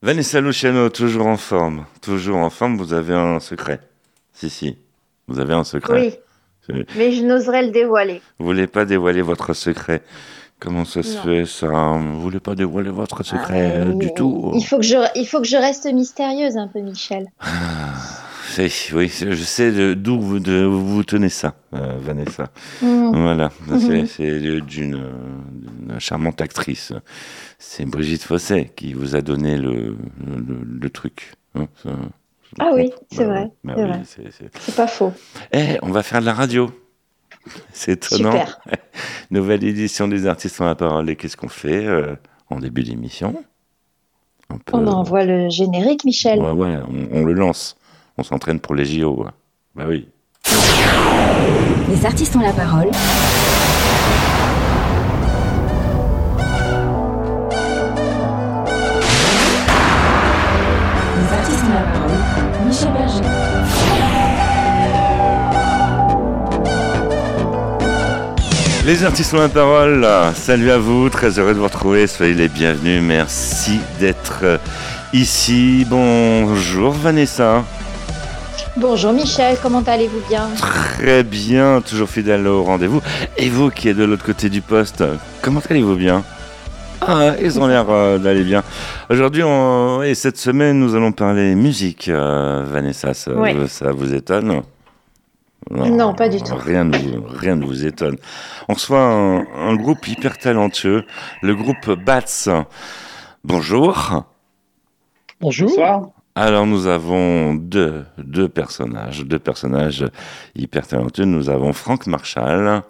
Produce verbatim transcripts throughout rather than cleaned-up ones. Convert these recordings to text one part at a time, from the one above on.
Vanessa Luciano, toujours en forme. Toujours en forme, vous avez un secret. Si, si, vous avez un secret. Oui, mais je n'oserais le dévoiler. Vous voulez pas dévoiler votre secret. Comment ça se Non. fait, ça? Vous voulez pas dévoiler votre secret Ah, euh, du il, tout? il faut que je, il faut que je reste mystérieuse un peu, Michel. Ah, c'est- oui, c'est- je sais de- d'où vous, de- vous tenez ça, euh, Vanessa. Mmh. Voilà, c'est, Mmh. c'est d'une, d'une charmante actrice. C'est Brigitte Fossey qui vous a donné le, le, le truc. Hein, ça, je Ah me oui, trompe. c'est Bah vrai, oui, bah c'est oui, vrai. c'est, c'est... C'est pas faux. Eh, on va faire de la radio. C'est étonnant. Super. Nouvelle édition des artistes ont la parole. Et qu'est-ce qu'on fait euh, en début d'émission? On peut... On envoie le générique, Michel. Ouais, ouais, on, on le lance. On s'entraîne pour les J O. Bah oui. Les artistes ont la parole. Les artistes ont la parole. Michel Berger. Les artistes ont la parole. Salut à vous, très heureux de vous retrouver. Soyez les bienvenus. Merci d'être ici. Bonjour Vanessa. Bonjour Michel, comment allez-vous bien? Très bien, toujours fidèle au rendez-vous. Et vous qui êtes de l'autre côté du poste, comment allez-vous bien? Ah, ils ont l'air euh, d'aller bien. Aujourd'hui on... et cette semaine, nous allons parler musique. Euh, Vanessa, ça, Ouais. ça vous étonne? Non, pas du tout. Rien ne vous, rien ne vous étonne. On reçoit un, un groupe hyper talentueux, le groupe Bats. Bonjour. Bonjour. Bonsoir. Alors nous avons deux, deux personnages, deux personnages hyper talentueux. Nous avons Franck Marchal.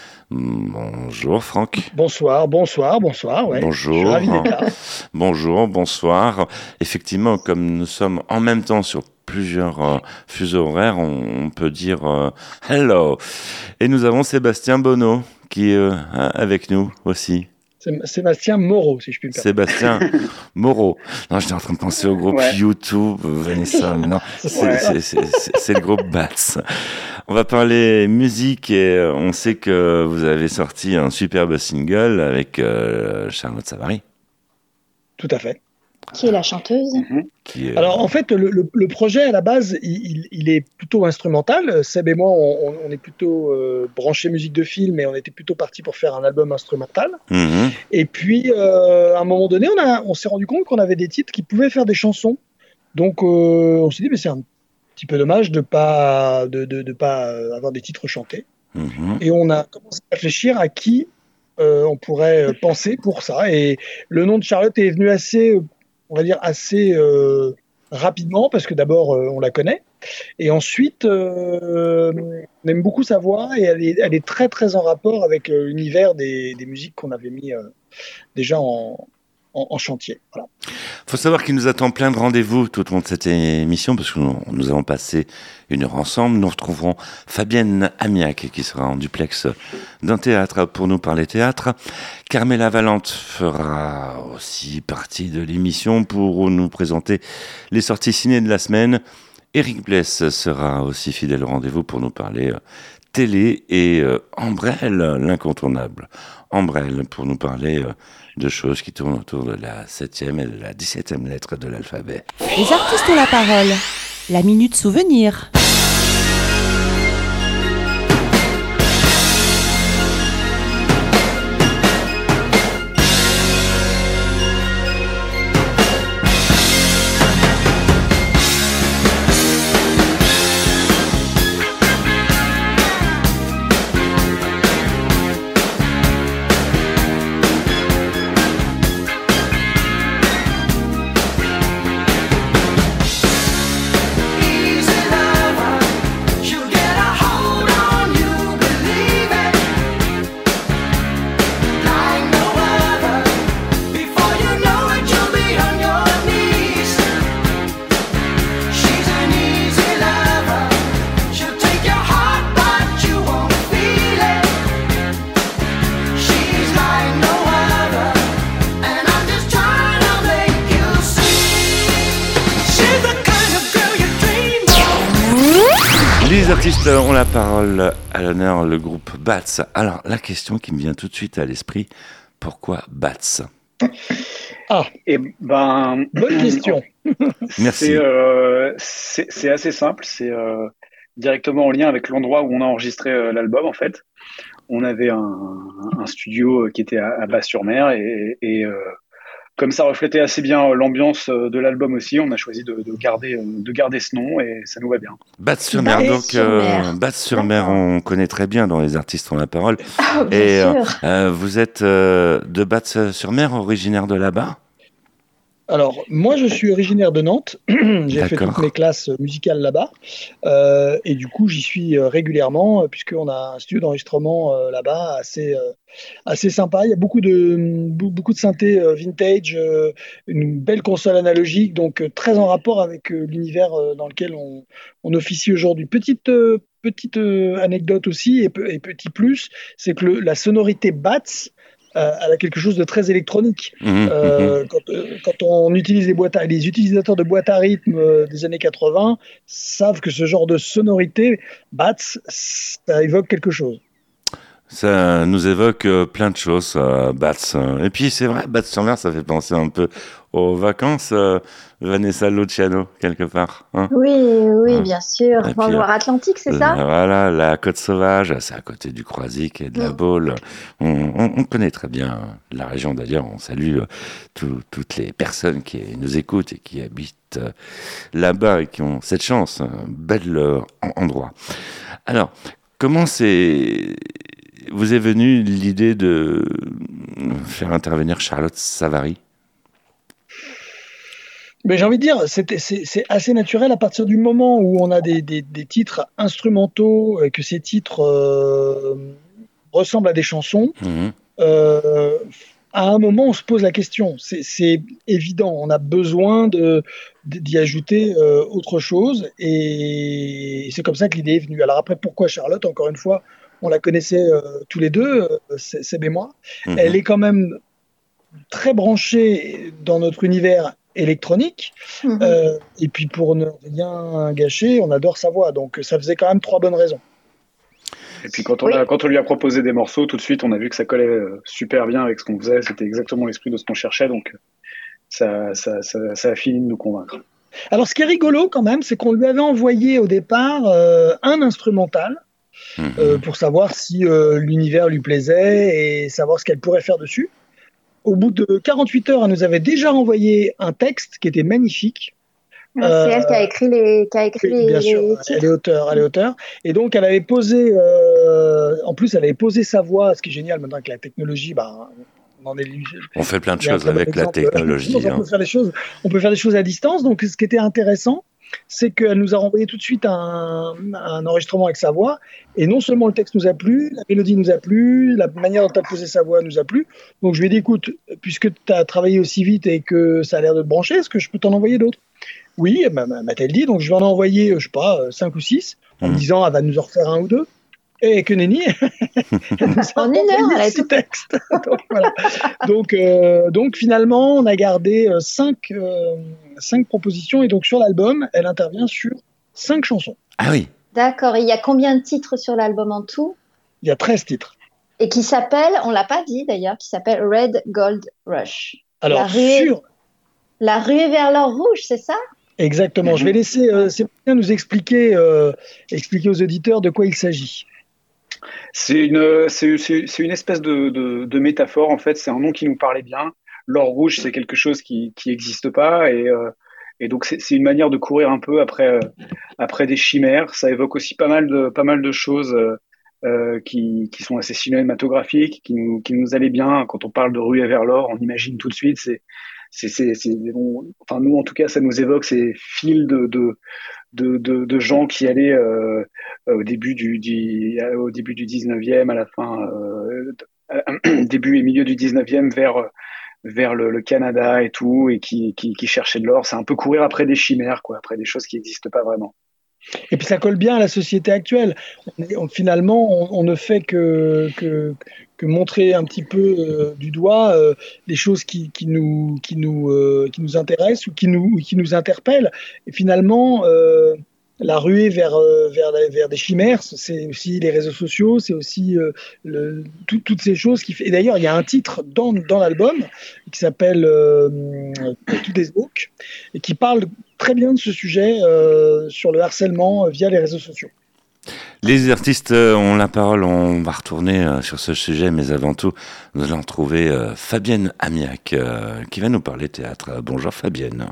Bonjour Franck. Bonsoir, bonsoir, bonsoir. Ouais. Bonjour. Je suis ravi d'être là. Bonjour, bonsoir. Effectivement, comme nous sommes en même temps sur plusieurs euh, fuseaux horaires, on, on peut dire euh, hello. Et nous avons Sébastien Bonneau qui est euh, avec nous aussi. C'est Sébastien Moreau, si je puis me permettre. Sébastien Moreau. Non, j'étais en train de penser au groupe Ouais. YouTube, Vanessa, mais non, c'est, Ouais. c'est, c'est, c'est, c'est le groupe Bats. On va parler musique et euh, on sait que vous avez sorti un superbe single avec euh, Charlotte Savary. Tout à fait. Qui est la chanteuse? Qui est, Alors, en fait, le, le- le projet, à la base, il, il- il est plutôt instrumental. Seb et moi, on, on- on est plutôt euh, branchés musique de film, et on était plutôt partis pour faire un album instrumental. Mhm. Et puis, euh, à un moment donné, on, a- on s'est rendu compte qu'on avait des titres qui pouvaient faire des chansons. Donc, euh, on s'est dit, mais c'est un petit peu dommage de pas de, de, de pas euh, avoir des titres chantés. Mhm. Et on a commencé à réfléchir à qui euh, on pourrait euh, penser pour ça. Et le nom de Charlotte est venu assez, euh, on va dire, assez euh, rapidement, parce que d'abord, euh, on la connaît. Et ensuite, euh, on aime beaucoup sa voix, et elle est, elle est très, très en rapport avec euh, l'univers des, des musiques qu'on avait mis euh, déjà en, en, en chantier. Voilà. Faut savoir qu'il nous attend plein de rendez-vous tout au long de cette émission parce que nous, nous avons passé une heure ensemble. Nous retrouverons Fabienne Amiac qui sera en duplex d'un théâtre pour nous parler théâtre. Carmela Valente fera aussi partie de l'émission pour nous présenter les sorties ciné de la semaine. Eric Bless sera aussi fidèle au rendez-vous pour nous parler euh, télé et euh, Ambrelle, l'incontournable. Ambrelle pour nous parler euh, de choses qui tournent autour de la septième et de la dix-septième lettre de l'alphabet. Les artistes ont la parole. La minute souvenir. Les artistes ont la parole, à l'honneur le groupe Bats. Alors la question qui me vient tout de suite à l'esprit, pourquoi Bats? Ah, Et ben, bonne question. Merci. C'est euh, c'est c'est assez simple. C'est euh, directement en lien avec l'endroit où on a enregistré euh, l'album, en fait. On avait un, un studio qui était à, à Basse-sur-Mer et, et euh, comme ça reflétait assez bien l'ambiance de l'album aussi, on a choisi de, de garder, de garder ce nom et ça nous va bien. Batz-sur-Mer, donc euh, Batz-sur-Mer. Batz-sur-Mer, D'accord. on connaît très bien dans les artistes ont la parole. Ah, bien Et euh, sûr. euh, vous êtes euh, de Batz-sur-Mer, originaire de là-bas? Alors, moi, je suis originaire de Nantes. J'ai fait toutes mes D'accord. classes musicales là-bas. Euh, et du coup, j'y suis euh, régulièrement, euh, puisqu'on a un studio d'enregistrement euh, là-bas assez, euh, assez sympa. Il y a beaucoup de, bou- beaucoup de synthé euh, vintage, euh, une belle console analogique, donc euh, très en rapport avec euh, l'univers euh, dans lequel on, on officie aujourd'hui. Petite, euh, petite euh, anecdote aussi, et, pe- et petit plus, c'est que le- la sonorité Bats, euh, elle a quelque chose de très électronique. Mhm, mhm. Euh, quand, euh, quand on utilise les boîtes à, les utilisateurs de boîtes à rythme euh, des années quatre-vingts savent que ce genre de sonorité, Bats, ça évoque quelque chose. Ça nous évoque euh, plein de choses, euh, Batz. Et puis c'est vrai, Batz-sur-Mer, ça fait penser un peu aux vacances, euh, Vanessa Luciano, quelque part. Hein. Oui, oui, Hein. bien sûr. Et Dans puis le euh, Loire-Atlantique, c'est ça? la- voilà, la Côte Sauvage, c'est à côté du Croisic et de la Mm. Baule. On, on- on connaît très bien la région d'ailleurs. On salue euh, tout- toutes les personnes qui nous écoutent et qui habitent euh, là-bas et qui ont cette chance. Un bel euh, en- endroit. Alors, comment c'est... vous est venue l'idée de faire intervenir Charlotte Savary? Mais j'ai envie de dire, c'est c'est- c'est assez naturel à partir du moment où on a des, des- des titres instrumentaux, et que ces titres euh, ressemblent à des chansons. Mhm. euh, à un moment, on se pose la question. C'est c'est évident, on a besoin de d'y ajouter euh, autre chose, et c'est comme ça que l'idée est venue. Alors après, pourquoi Charlotte? Encore une fois, on la connaissait euh, tous les deux, euh, C'est- Seb et moi. Elle Mhm. est quand même très branchée dans notre univers électronique. Mhm. Euh, et puis pour ne rien gâcher, on adore sa voix. Donc ça faisait quand même trois bonnes raisons. Et puis quand on Oui. a, quand on lui a proposé des morceaux, tout de suite, on a vu que ça collait euh, super bien avec ce qu'on faisait. C'était exactement l'esprit de ce qu'on cherchait, donc ça, ça, ça, ça a fini de nous convaincre. Alors ce qui est rigolo quand même, c'est qu'on lui avait envoyé au départ euh, un instrumental euh, Mhm. pour savoir si euh, l'univers lui plaisait et savoir ce qu'elle pourrait faire dessus. Au bout de quarante-huit heures, elle nous avait déjà envoyé un texte qui était magnifique. Ah, c'est elle qui a Euh, écrit les, qui a écrit oui, les, bien sûr, les elle est titres. auteur, elle est auteur. Et donc, elle avait posé, euh, en plus, elle avait posé sa voix, ce qui est génial maintenant avec la technologie, bah, on en est, On fait plein de il y a un choses très bon avec la exemple. technologie. On Hein. peut faire des choses, on peut faire des choses à distance. Donc, ce qui était intéressant, c'est qu'elle nous a renvoyé tout de suite un, un enregistrement avec sa voix. Et non seulement le texte nous a plu, la mélodie nous a plu, la manière dont elle a posé sa voix nous a plu. Donc, je lui ai dit, écoute, puisque tu as travaillé aussi vite et que ça a l'air de te brancher, est-ce que je peux t'en envoyer d'autres? Oui, m'a- m'a- m'a-t-elle dit. Donc, je vais en envoyer, je sais pas, euh, cinq ou six, en me Mhm. disant, elle va nous en refaire un ou deux. Et que nenni, elle nous a En une heure, envoyé elle a six tout fait. textes. Donc, voilà. Donc, euh, donc finalement, on a gardé euh, cinq, euh, cinq propositions. Et donc sur l'album, elle intervient sur cinq chansons. Ah oui. D'accord. Et il y a combien de titres sur l'album en tout? Il y a treize titres. Et qui s'appelle, on l'a pas dit d'ailleurs, qui s'appelle Red Gold Rush. La Alors, ruée, sur... la ruée vers l'or rouge, c'est ça? Exactement. Je vais laisser euh, Sébastien nous expliquer, euh, expliquer aux auditeurs de quoi il s'agit. C'est une, c'est, c'est, c'est une espèce de, de, de métaphore, en fait. C'est un nom qui nous parlait bien. L'or rouge, c'est quelque chose qui qui n'existe pas. Et, euh, et donc, c'est, c'est une manière de courir un peu après, euh, après des chimères. Ça évoque aussi pas mal de, pas mal de choses euh, euh, qui, qui sont assez cinématographiques, qui nous, qui nous allaient bien. Quand on parle de ruée vers l'or, on imagine tout de suite. C'est, c'est, c'est, c'est on- enfin, nous, en tout cas, ça nous évoque ces fils de, de, de, de, de gens qui allaient euh, au début du, du au début du dix-neuvième, à la fin euh, début et milieu du dix-neuvième vers vers le, le Canada et tout, et qui, qui, qui cherchaient de l'or. C'est un peu courir après des chimères, quoi, après des choses qui n'existent pas vraiment. Et puis ça colle bien à la société actuelle. On est- on- finalement, on, on ne fait que, que, que montrer un petit peu euh, du doigt euh, les choses qui, qui, nous, qui, nous, euh, qui nous intéressent ou qui nous, ou qui nous interpellent. Et finalement, euh, la ruée vers, euh, vers, la- vers des chimères, c'est aussi les réseaux sociaux, c'est aussi euh, le, tout- toutes ces choses qui fait. Et d'ailleurs, il y a un titre dans, dans l'album qui s'appelle euh, To This Book et qui parle très bien de ce sujet euh, sur le harcèlement via les réseaux sociaux. Les artistes euh, ont la parole, on va retourner euh, sur ce sujet, mais avant tout, nous allons trouver euh, Fabienne Amiac euh, qui va nous parler théâtre. Bonjour Fabienne.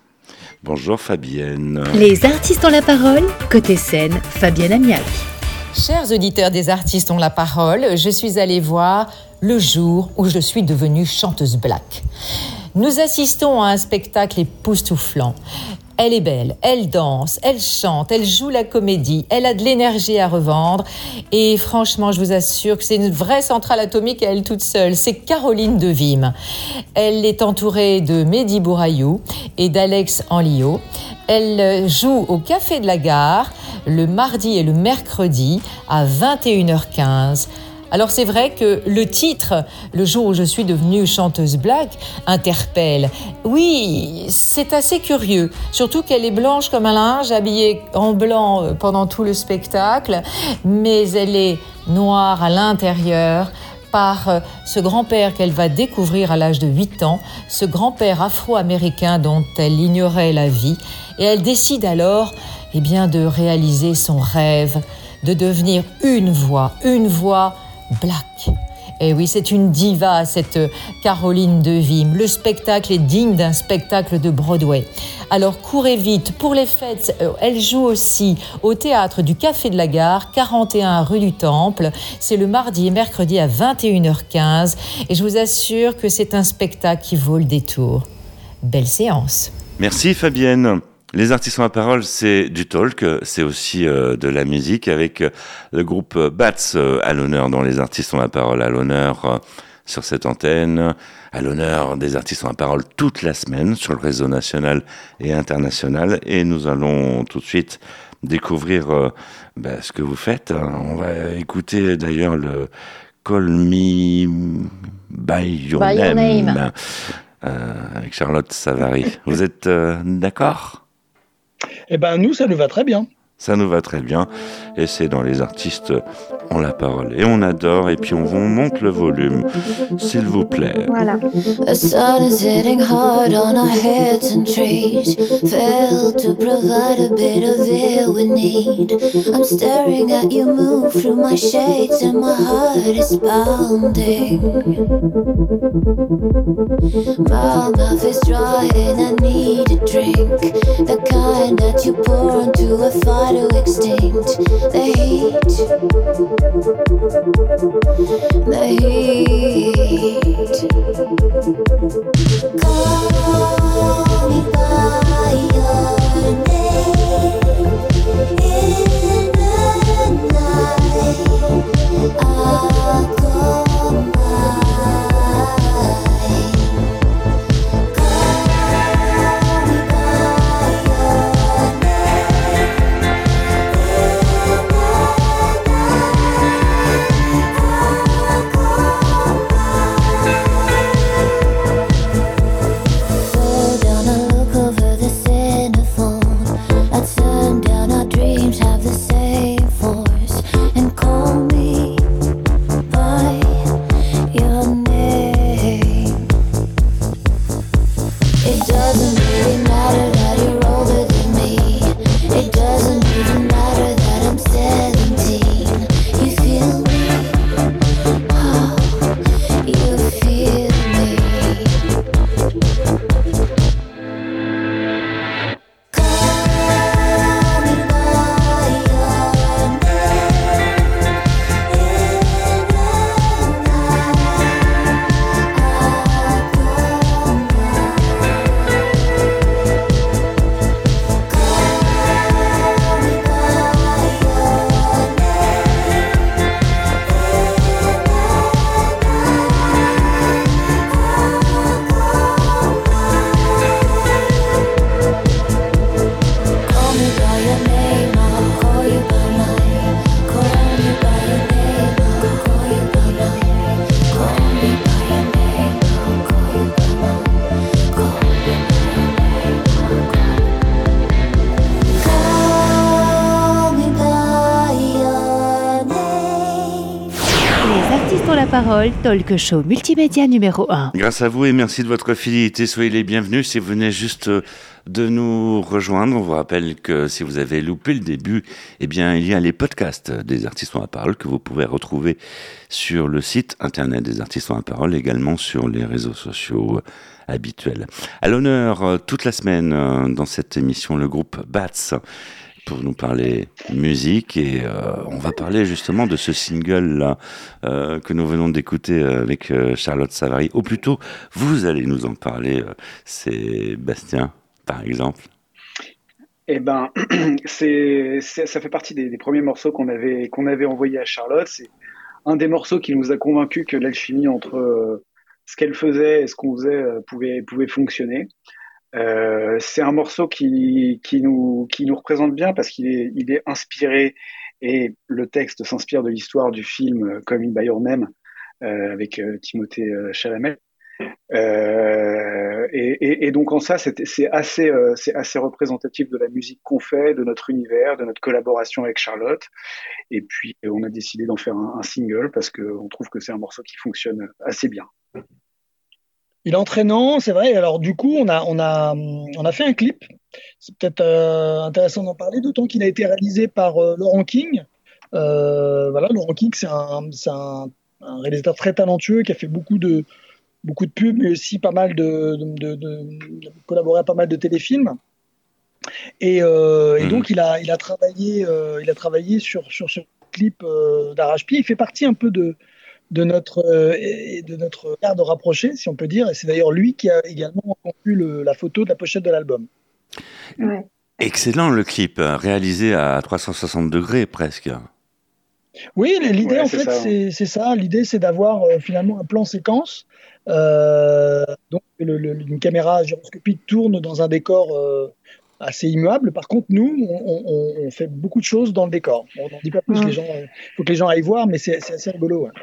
Bonjour Fabienne. Les artistes ont la parole, côté scène, Fabienne Amiac. Chers auditeurs des artistes ont la parole, je suis allée voir le jour où je suis devenue chanteuse black. Nous assistons à un spectacle époustouflant. Elle est belle, elle danse, elle chante, elle joue la comédie, elle a de l'énergie à revendre et franchement, je vous assure que c'est une vraie centrale atomique à elle toute seule. C'est Caroline Devime. Elle est entourée de Mehdi Bourayou et d'Alex Anlio. Elle joue au Café de la Gare le mardi et le mercredi à vingt et une heures quinze. Alors c'est vrai que le titre, le jour où je suis devenue chanteuse black, interpelle. Oui, c'est assez curieux, surtout qu'elle est blanche comme un linge, habillée en blanc pendant tout le spectacle, mais elle est noire à l'intérieur par ce grand-père qu'elle va découvrir à l'âge de huit ans, ce grand-père afro-américain dont elle ignorait la vie, et elle décide alors eh bien, de réaliser son rêve, de devenir une voix, une voix black. Et oui, c'est une diva, cette Caroline Devime. Le spectacle est digne d'un spectacle de Broadway. Alors courez vite, pour les fêtes, elle joue aussi au théâtre du Café de la Gare, quarante et un rue du Temple. C'est le mardi et mercredi à vingt et une heures quinze. Et je vous assure que c'est un spectacle qui vaut le détour. Belle séance. Merci Fabienne. Les artistes ont la parole, c'est du talk, c'est aussi euh, de la musique avec euh, le groupe Bats euh, à l'honneur, dont les artistes ont la parole à l'honneur euh, sur cette antenne, à l'honneur des artistes ont la parole toute la semaine sur le réseau national et international. Et nous allons tout de suite découvrir euh, bah, ce que vous faites. On va écouter d'ailleurs le Call Me By Your By your Name, name. Euh, avec Charlotte Savary. Vous êtes euh, d'accord ? Eh ben nous, ça nous va très bien. Ça nous va très bien. Et c'est dans les artistes ont la parole. Et on adore. Et puis on, on monte le volume, s'il vous plaît. Voilà. The sun is hitting hard on our heads and trees. Failed to provide a bit of air we need. I'm staring at you move through my shades and my heart is pounding. My mouth is dry and I need a drink. The kind that you pour into a fire to extinct the heat. The heat. Call me by your name in the night. I'll call mine. Call me by your name. Parole, talk show multimédia numéro un. Grâce à vous et merci de votre fidélité, soyez les bienvenus. Si vous venez juste de nous rejoindre, on vous rappelle que si vous avez loupé le début, eh bien, il y a les podcasts des artistes ont la parole que vous pouvez retrouver sur le site internet des artistes ont la parole, également sur les réseaux sociaux habituels. À l'honneur, toute la semaine, dans cette émission, le groupe Bats, pour nous parler musique et euh, on va parler justement de ce single-là euh, que nous venons d'écouter avec euh, Charlotte Savary. Ou plutôt, vous allez nous en parler, euh, Sébastien, par exemple. Eh ben, c'est, c'est, ça fait partie des, des premiers morceaux qu'on avait, qu'on avait envoyés à Charlotte. C'est un des morceaux qui nous a convaincus que l'alchimie entre euh, ce qu'elle faisait et ce qu'on faisait euh, pouvait, pouvait fonctionner. Euh, c'est un morceau qui, qui, nous, qui nous représente bien parce qu'il est, il est inspiré et le texte s'inspire de l'histoire du film Call Me By Your Name euh, avec euh, Timothée euh, Chalamet. Euh, et, et, et donc en ça, c'est, c'est, assez, euh, c'est assez représentatif de la musique qu'on fait, de notre univers, de notre collaboration avec Charlotte. Et puis on a décidé d'en faire un, un single parce qu'on trouve que c'est un morceau qui fonctionne assez bien. Il est entraînant, c'est vrai. Alors du coup, on a, on a, on a fait un clip. C'est peut-être euh, intéressant d'en parler, d'autant qu'il a été réalisé par euh, Laurent King. Euh, voilà, Laurent King, c'est, un, c'est un, un réalisateur très talentueux qui a fait beaucoup de, beaucoup de pubs, mais aussi pas mal de, de, de, de, de collaboré à pas mal de téléfilms. Et, euh, mmh. et donc il a, il a travaillé, euh, il a travaillé sur, sur ce clip euh, d'arrache-pied. Il fait partie un peu de de notre euh, de notre garde rapprochée, si on peut dire, et c'est d'ailleurs lui qui a également conçu le, la photo de la pochette de l'album. Ouais. Excellent le clip, réalisé à trois cent soixante degrés presque. Oui, l'idée ouais, en c'est fait ça. c'est, c'est ça. L'idée c'est d'avoir euh, finalement un plan séquence. Euh, donc le, le, une caméra gyroscopique tourne dans un décor euh, assez immuable. Par contre, nous, on, on, on fait beaucoup de choses dans le décor. On n'en dit pas plus. Il mmh. euh, faut que les gens aillent voir, mais c'est, c'est assez rigolo. Ouais.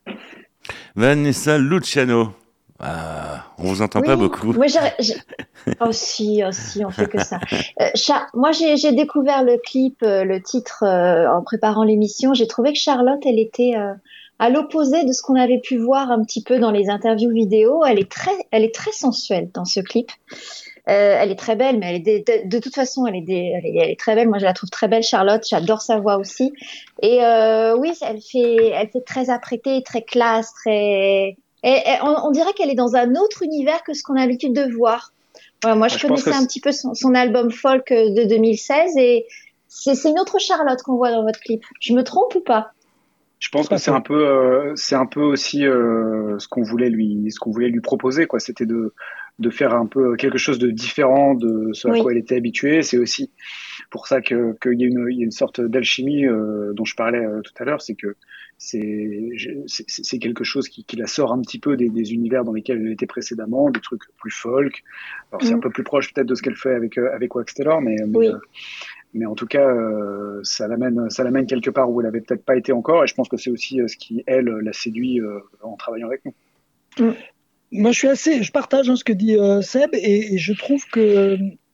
Vanessa Luciano, ah, on vous entend oui, pas beaucoup. Oui, j'ai, j'ai... oh si, oh si, on fait que ça. Euh, Char... Moi, j'ai, j'ai découvert le clip, euh, le titre euh, en préparant l'émission. J'ai trouvé que Charlotte, elle était euh, à l'opposé de ce qu'on avait pu voir un petit peu dans les interviews vidéo. Elle est très, elle est très sensuelle dans ce clip. Euh, elle est très belle, mais elle est de, de, de toute façon, elle est, des, elle, est, elle est très belle. Moi, je la trouve très belle, Charlotte. J'adore sa voix aussi. Et euh, oui, elle fait, elle fait très apprêtée, très classe, très. Et, et on, on dirait qu'elle est dans un autre univers que ce qu'on a l'habitude de voir. Voilà, moi, je, je connaissais un petit peu son, son album folk de deux mille seize et c'est, c'est une autre Charlotte qu'on voit dans votre clip. Je me trompe ou pas? Je pense que c'est un peu, euh, c'est un peu aussi euh, ce qu'on voulait lui, ce qu'on voulait lui proposer, quoi. C'était de de faire un peu quelque chose de différent de ce à oui. quoi elle était habituée. C'est aussi pour ça que qu'il y a une il y a une sorte d'alchimie euh, dont je parlais euh, tout à l'heure, c'est que c'est c'est, c'est quelque chose qui, qui la sort un petit peu des, des univers dans lesquels elle était précédemment, des trucs plus folk. Alors c'est mmh. un peu plus proche peut-être de ce qu'elle fait avec avec Wax Taylor, mais, mais oui. euh, Mais en tout cas, euh, ça l'amène, ça l'amène quelque part où elle avait peut-être pas été encore. Et je pense que c'est aussi euh, ce qui, elle, la séduit euh, en travaillant avec nous. Mmh. Moi, je suis assez, je partage hein, ce que dit euh, Seb, et, et je trouve que euh,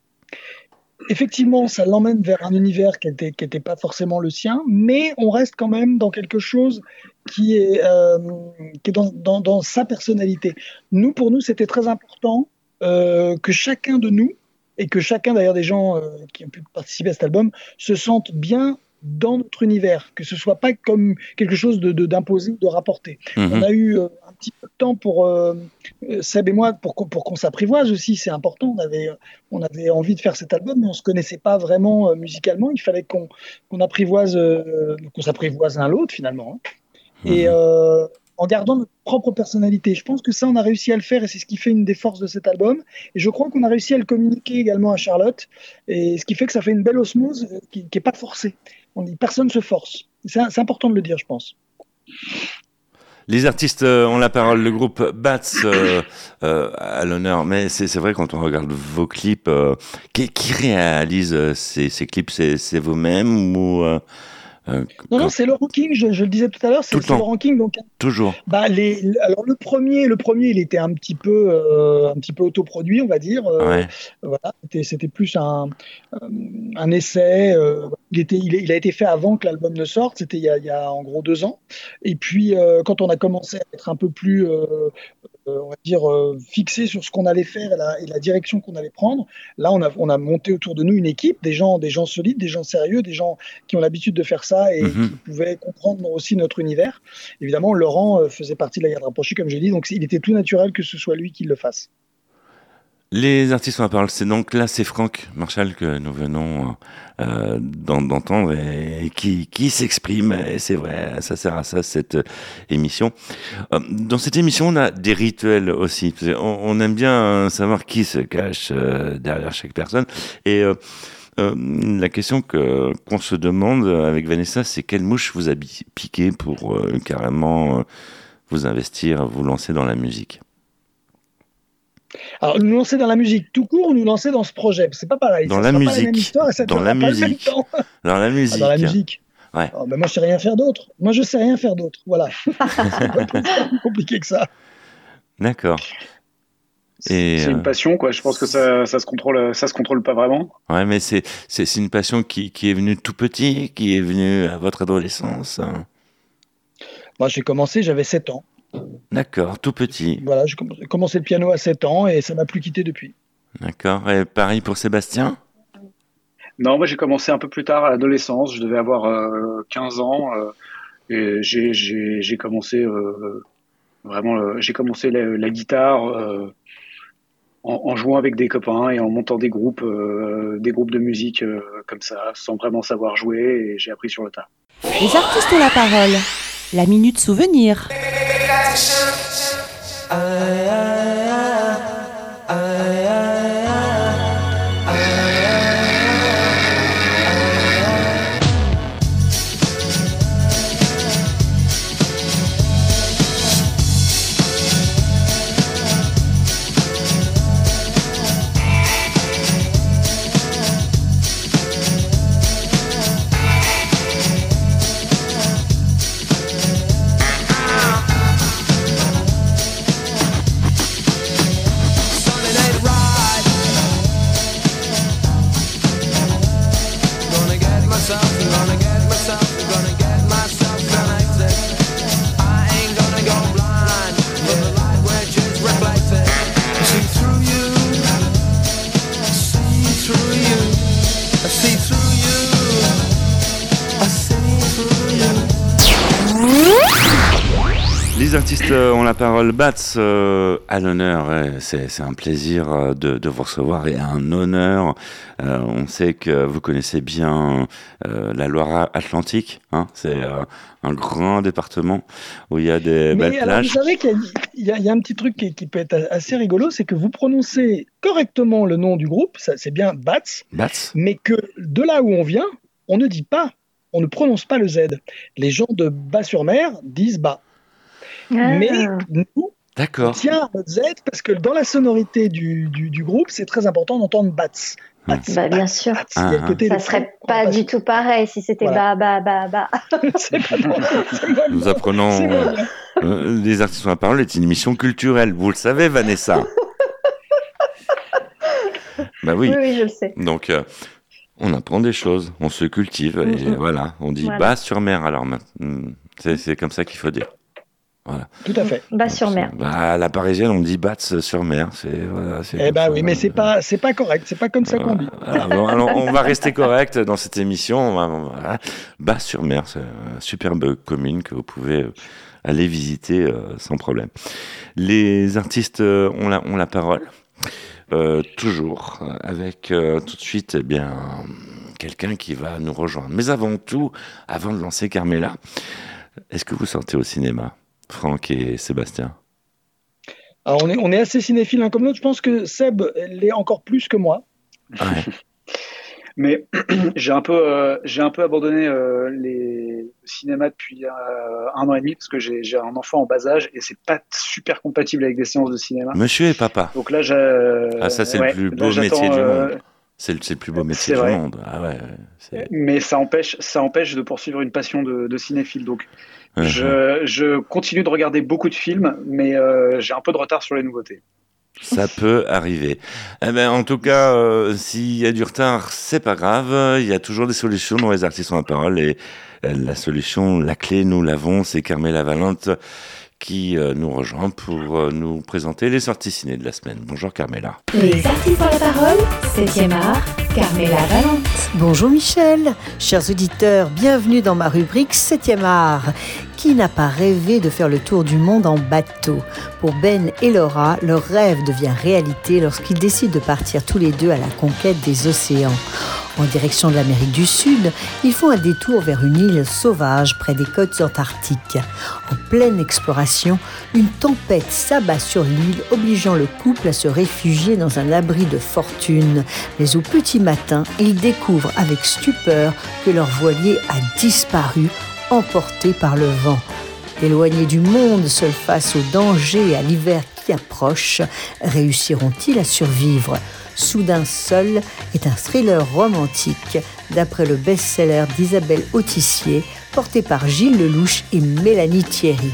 effectivement, ça l'emmène vers un univers qui était, qui était pas forcément le sien, mais on reste quand même dans quelque chose qui est, euh, qui est dans, dans, dans sa personnalité. Nous, pour nous, c'était très important euh, que chacun de nous et que chacun d'ailleurs des gens euh, qui ont pu participer à cet album se sentent bien dans notre univers, que ce soit pas comme quelque chose de, de d'imposé ou de rapporté. Mmh. On a eu euh, un petit peu de temps pour euh, Seb et moi pour qu'on, pour qu'on s'apprivoise aussi, c'est important. On avait on avait envie de faire cet album, mais on se connaissait pas vraiment euh, musicalement. Il fallait qu'on qu'on apprivoise, euh, qu'on s'apprivoise l'un l'autre finalement. Hein. Mmh. Et euh, en gardant notre propre personnalité. Je pense que ça, on a réussi à le faire et c'est ce qui fait une des forces de cet album. Et je crois qu'on a réussi à le communiquer également à Charlotte. Et ce qui fait que ça fait une belle osmose qui n'est pas forcée. On dit personne ne se force. C'est, c'est important de le dire, je pense. Les artistes euh, ont la parole. Le groupe Bats euh, euh, à l'honneur. Mais c'est, c'est vrai, quand on regarde vos clips, euh, qui, qui réalise ces, ces clips? C'est, c'est vous-même ou... Euh euh, Non, quand... non, c'est le ranking, je, je le disais tout à l'heure, c'est, tout le, c'est le ranking. Donc, toujours. Bah, les, alors le premier, le premier, il était un petit peu, euh, un petit peu autoproduit, on va dire. Euh, ouais. Voilà, c'était, c'était plus un, un essai. Euh, il, était, il, il a été fait avant que l'album ne sorte, c'était il y a, il y a en gros deux ans. Et puis, euh, quand on a commencé à être un peu plus... Euh, Euh, on va dire, euh, fixé sur ce qu'on allait faire et la, et la direction qu'on allait prendre. Là, on a, on a monté autour de nous une équipe, des gens, des gens solides, des gens sérieux, des gens qui ont l'habitude de faire ça et Mm-hmm. qui pouvaient comprendre aussi notre univers. Évidemment, Laurent euh, faisait partie de la garde rapprochée, comme je l'ai dit, donc il était tout naturel que ce soit lui qui le fasse. Les artistes ont la parole. C'est donc là, c'est Franck Marchal que nous venons euh, d'entendre et, et qui, qui s'exprime. Et c'est vrai, ça sert à ça, cette émission. Euh, dans cette émission, on a des rituels aussi. On, on aime bien savoir qui se cache euh, derrière chaque personne. Et euh, euh, la question que, qu'on se demande avec Vanessa, c'est quelle mouche vous a piqué pour euh, carrément euh, vous investir, vous lancer dans la musique? Alors, nous lancer dans la musique tout court ou nous lancer dans ce projet? C'est pas pareil. Dans ça la sera musique. Pas la même histoire et ça dans la pas musique. Le même temps. Dans la musique. Ah, dans la musique. Ouais. Oh, ben moi, je sais rien faire d'autre. Moi, je sais rien faire d'autre. Voilà. C'est pas plus compliqué que ça. D'accord. Et c'est euh... une passion, quoi. Je pense que ça, ça se contrôle, ça se contrôle pas vraiment. Ouais, mais c'est, c'est, c'est une passion qui, qui est venue tout petit, qui est venue à votre adolescence. Moi, j'ai commencé, j'avais sept ans. D'accord, tout petit. Voilà, j'ai commencé le piano à sept ans et ça m'a plus quitté depuis. D'accord. Et pareil pour Sébastien? Non, moi j'ai commencé un peu plus tard à l'adolescence. Je devais avoir euh, quinze ans euh, et j'ai, j'ai, j'ai commencé euh, vraiment, euh, j'ai commencé la, la guitare euh, en, en jouant avec des copains et en montant des groupes, euh, des groupes de musique euh, comme ça, sans vraiment savoir jouer. Et j'ai appris sur le tas. Les artistes ont la parole. La minute souvenir. Les artistes ont la parole. Bats euh, à l'honneur, ouais, c'est, c'est un plaisir de, de vous recevoir et un honneur. Euh, on sait que vous connaissez bien euh, la Loire-Atlantique, hein, c'est euh, un grand département où il y a des Mais belles alors, plages. Vous savez qu'il y a, il y a un petit truc qui, qui peut être assez rigolo, c'est que vous prononcez correctement le nom du groupe, ça, c'est bien Bats, Bats, mais que de là où on vient, on ne dit pas, on ne prononce pas le Z. Les gens de Bas-sur-Mer disent Bas. Ah. Mais nous, D'accord. on tient à notre Z parce que dans la sonorité du, du, du groupe, c'est très important d'entendre Bats. Bats, bah, bien sûr. Bats, ah, ah. Ça serait pas du tout pareil si c'était voilà. Bah, bah, bah, bah. C'est pas bon. C'est pas Nous apprenons. Euh, les artistes ont la parole est une émission culturelle. Vous le savez, Vanessa. Bah oui. Oui, oui, je le sais. Donc, euh, on apprend des choses, on se cultive, et mm-hmm. voilà. On dit voilà. Bas sur mer, alors c'est, c'est comme ça qu'il faut dire. Voilà. Tout à fait. Bas sur mer. Bah, la parisienne, on dit bats sur mer. C'est, voilà, c'est eh bah ça, oui, mais c'est pas, c'est pas correct. C'est pas comme ça qu'on dit. Voilà, bon, alors, on va rester correct dans cette émission. On va, on va, Bas sur mer, c'est une superbe commune que vous pouvez aller visiter euh, sans problème. Les artistes euh, ont, la, ont la parole. Euh, toujours avec euh, tout de suite, eh bien, quelqu'un qui va nous rejoindre. Mais avant tout, avant de lancer Carmela, est-ce que vous sortez au cinéma? Franck et Sébastien? Alors on est, on est assez cinéphiles l'un comme l'autre. Je pense que Seb l'est encore plus que moi. Ouais. Mais j'ai un peu, euh, j'ai un peu abandonné euh, les cinémas depuis euh, un an et demi parce que j'ai, j'ai un enfant en bas âge et c'est pas super compatible avec des séances de cinéma. Monsieur et papa. Donc là, j'ai. Ah ça c'est ouais, le plus beau là, métier du euh, monde. C'est le, c'est le plus beau métier C'est du vrai. monde. Ah ouais, c'est... Mais ça empêche, ça empêche de poursuivre une passion de, de cinéphile. Donc, Uh-huh. je, je continue de regarder beaucoup de films, mais euh, j'ai un peu de retard sur les nouveautés. Ça peut arriver. Eh ben, en tout cas, euh, s'il y a du retard, c'est pas grave. Il y a toujours des solutions dans Les Artistes ont la parole. Et euh, la solution, la clé, nous l'avons. C'est Carmela Valente qui euh, nous rejoint pour euh, nous présenter les sorties ciné de la semaine. Bonjour Carmela. Les artistes ont la parole, septième art, Carmela Valente. Bonjour Michel, chers auditeurs, bienvenue dans ma rubrique septième art. Qui n'a pas rêvé de faire le tour du monde en bateau ? Pour Ben et Laura, leur rêve devient réalité lorsqu'ils décident de partir tous les deux à la conquête des océans. En direction de l'Amérique du Sud, ils font un détour vers une île sauvage près des côtes antarctiques. En pleine exploration, une tempête s'abat sur l'île, obligeant le couple à se réfugier dans un abri de fortune. Mais au petit matin, ils découvrent avec stupeur que leur voilier a disparu, emporté par le vent. Éloignés du monde, seuls face au danger et à l'hiver qui approche, réussiront-ils à survivre ? Soudain seul est un thriller romantique d'après le best-seller d'Isabelle Autissier, porté par Gilles Lelouch et Mélanie Thierry.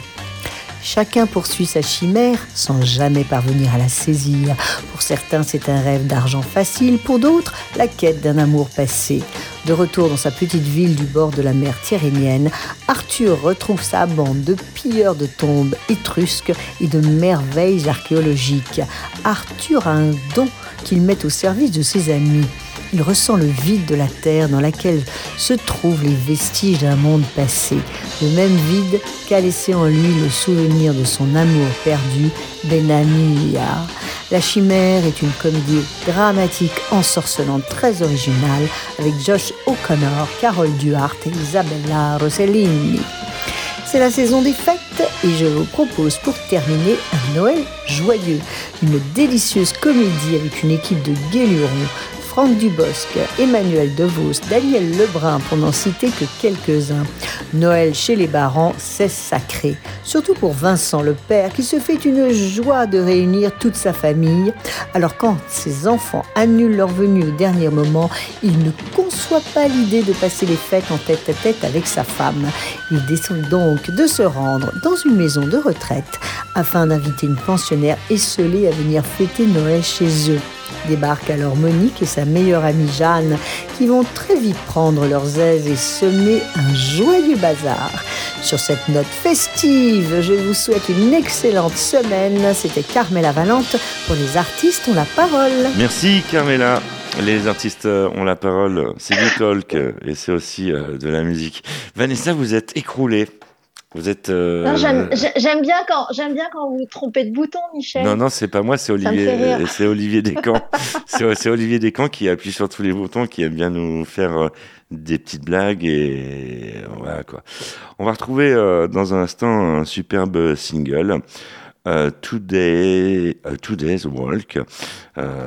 Chacun poursuit sa chimère sans jamais parvenir à la saisir. Pour certains, c'est un rêve d'argent facile, pour d'autres, la quête d'un amour passé. De retour dans sa petite ville du bord de la mer Tyrrhénienne, Arthur retrouve sa bande de pilleurs de tombes étrusques et de merveilles archéologiques. Arthur a un don qu'il met au service de ses amis. Il ressent le vide de la terre dans laquelle se trouvent les vestiges d'un monde passé. Le même vide qu'a laissé en lui le souvenir de son amour perdu, Benamia. La Chimère est une comédie dramatique ensorcelante très originale avec Josh O'Connor, Carole Duarte et Isabella Rossellini. C'est la saison des fêtes et je vous propose pour terminer un Noël joyeux. Une délicieuse comédie avec une équipe de guélurons, Franck Dubosc, Emmanuel Devos, Daniel Lebrun, pour n'en citer que quelques-uns. Noël chez les Barans, c'est sacré. Surtout pour Vincent, le père, qui se fait une joie de réunir toute sa famille. Alors quand ses enfants annulent leur venue au dernier moment, il ne conçoit pas l'idée de passer les fêtes en tête-à-tête avec sa femme. Il décide donc de se rendre dans une maison de retraite afin d'inviter une pensionnaire esseulée à venir fêter Noël chez eux. Débarquent alors Monique et sa meilleure amie Jeanne, qui vont très vite prendre leurs aises et semer un joyeux bazar. Sur cette note festive, je vous souhaite une excellente semaine. C'était Carmela Valente pour Les Artistes ont la parole. Merci Carmela. Les artistes ont la parole, c'est du talk et c'est aussi euh, de la musique. Vanessa, vous êtes écroulée. Vous êtes. Euh... Non, j'aime, j'aime bien quand j'aime bien quand vous vous trompez de bouton, Michel. Non, non, c'est pas moi, c'est Olivier. C'est Olivier Descamps. c'est, c'est Olivier Descamps qui appuie sur tous les boutons, qui aime bien nous faire euh, des petites blagues et voilà quoi. On va retrouver euh, dans un instant un superbe single, euh, Today, uh, Today's Walk. Euh,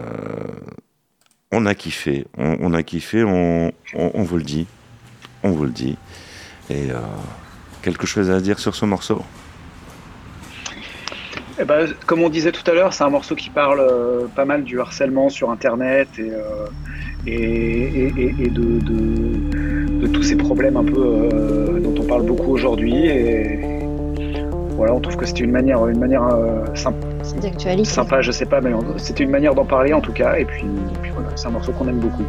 on a kiffé, on, on a kiffé, on, on, on vous le dit, on vous le dit et. Euh, Quelque chose à dire sur ce morceau ? Eh ben, comme on disait tout à l'heure, c'est un morceau qui parle euh, pas mal du harcèlement sur Internet et, euh, et, et, et de, de, de tous ces problèmes un peu euh, dont on parle beaucoup aujourd'hui. Et voilà, on trouve que c'était une manière, une manière euh, sympa, sympa, je sais pas, mais c'était une manière d'en parler en tout cas. Et puis, et puis voilà, c'est un morceau qu'on aime beaucoup.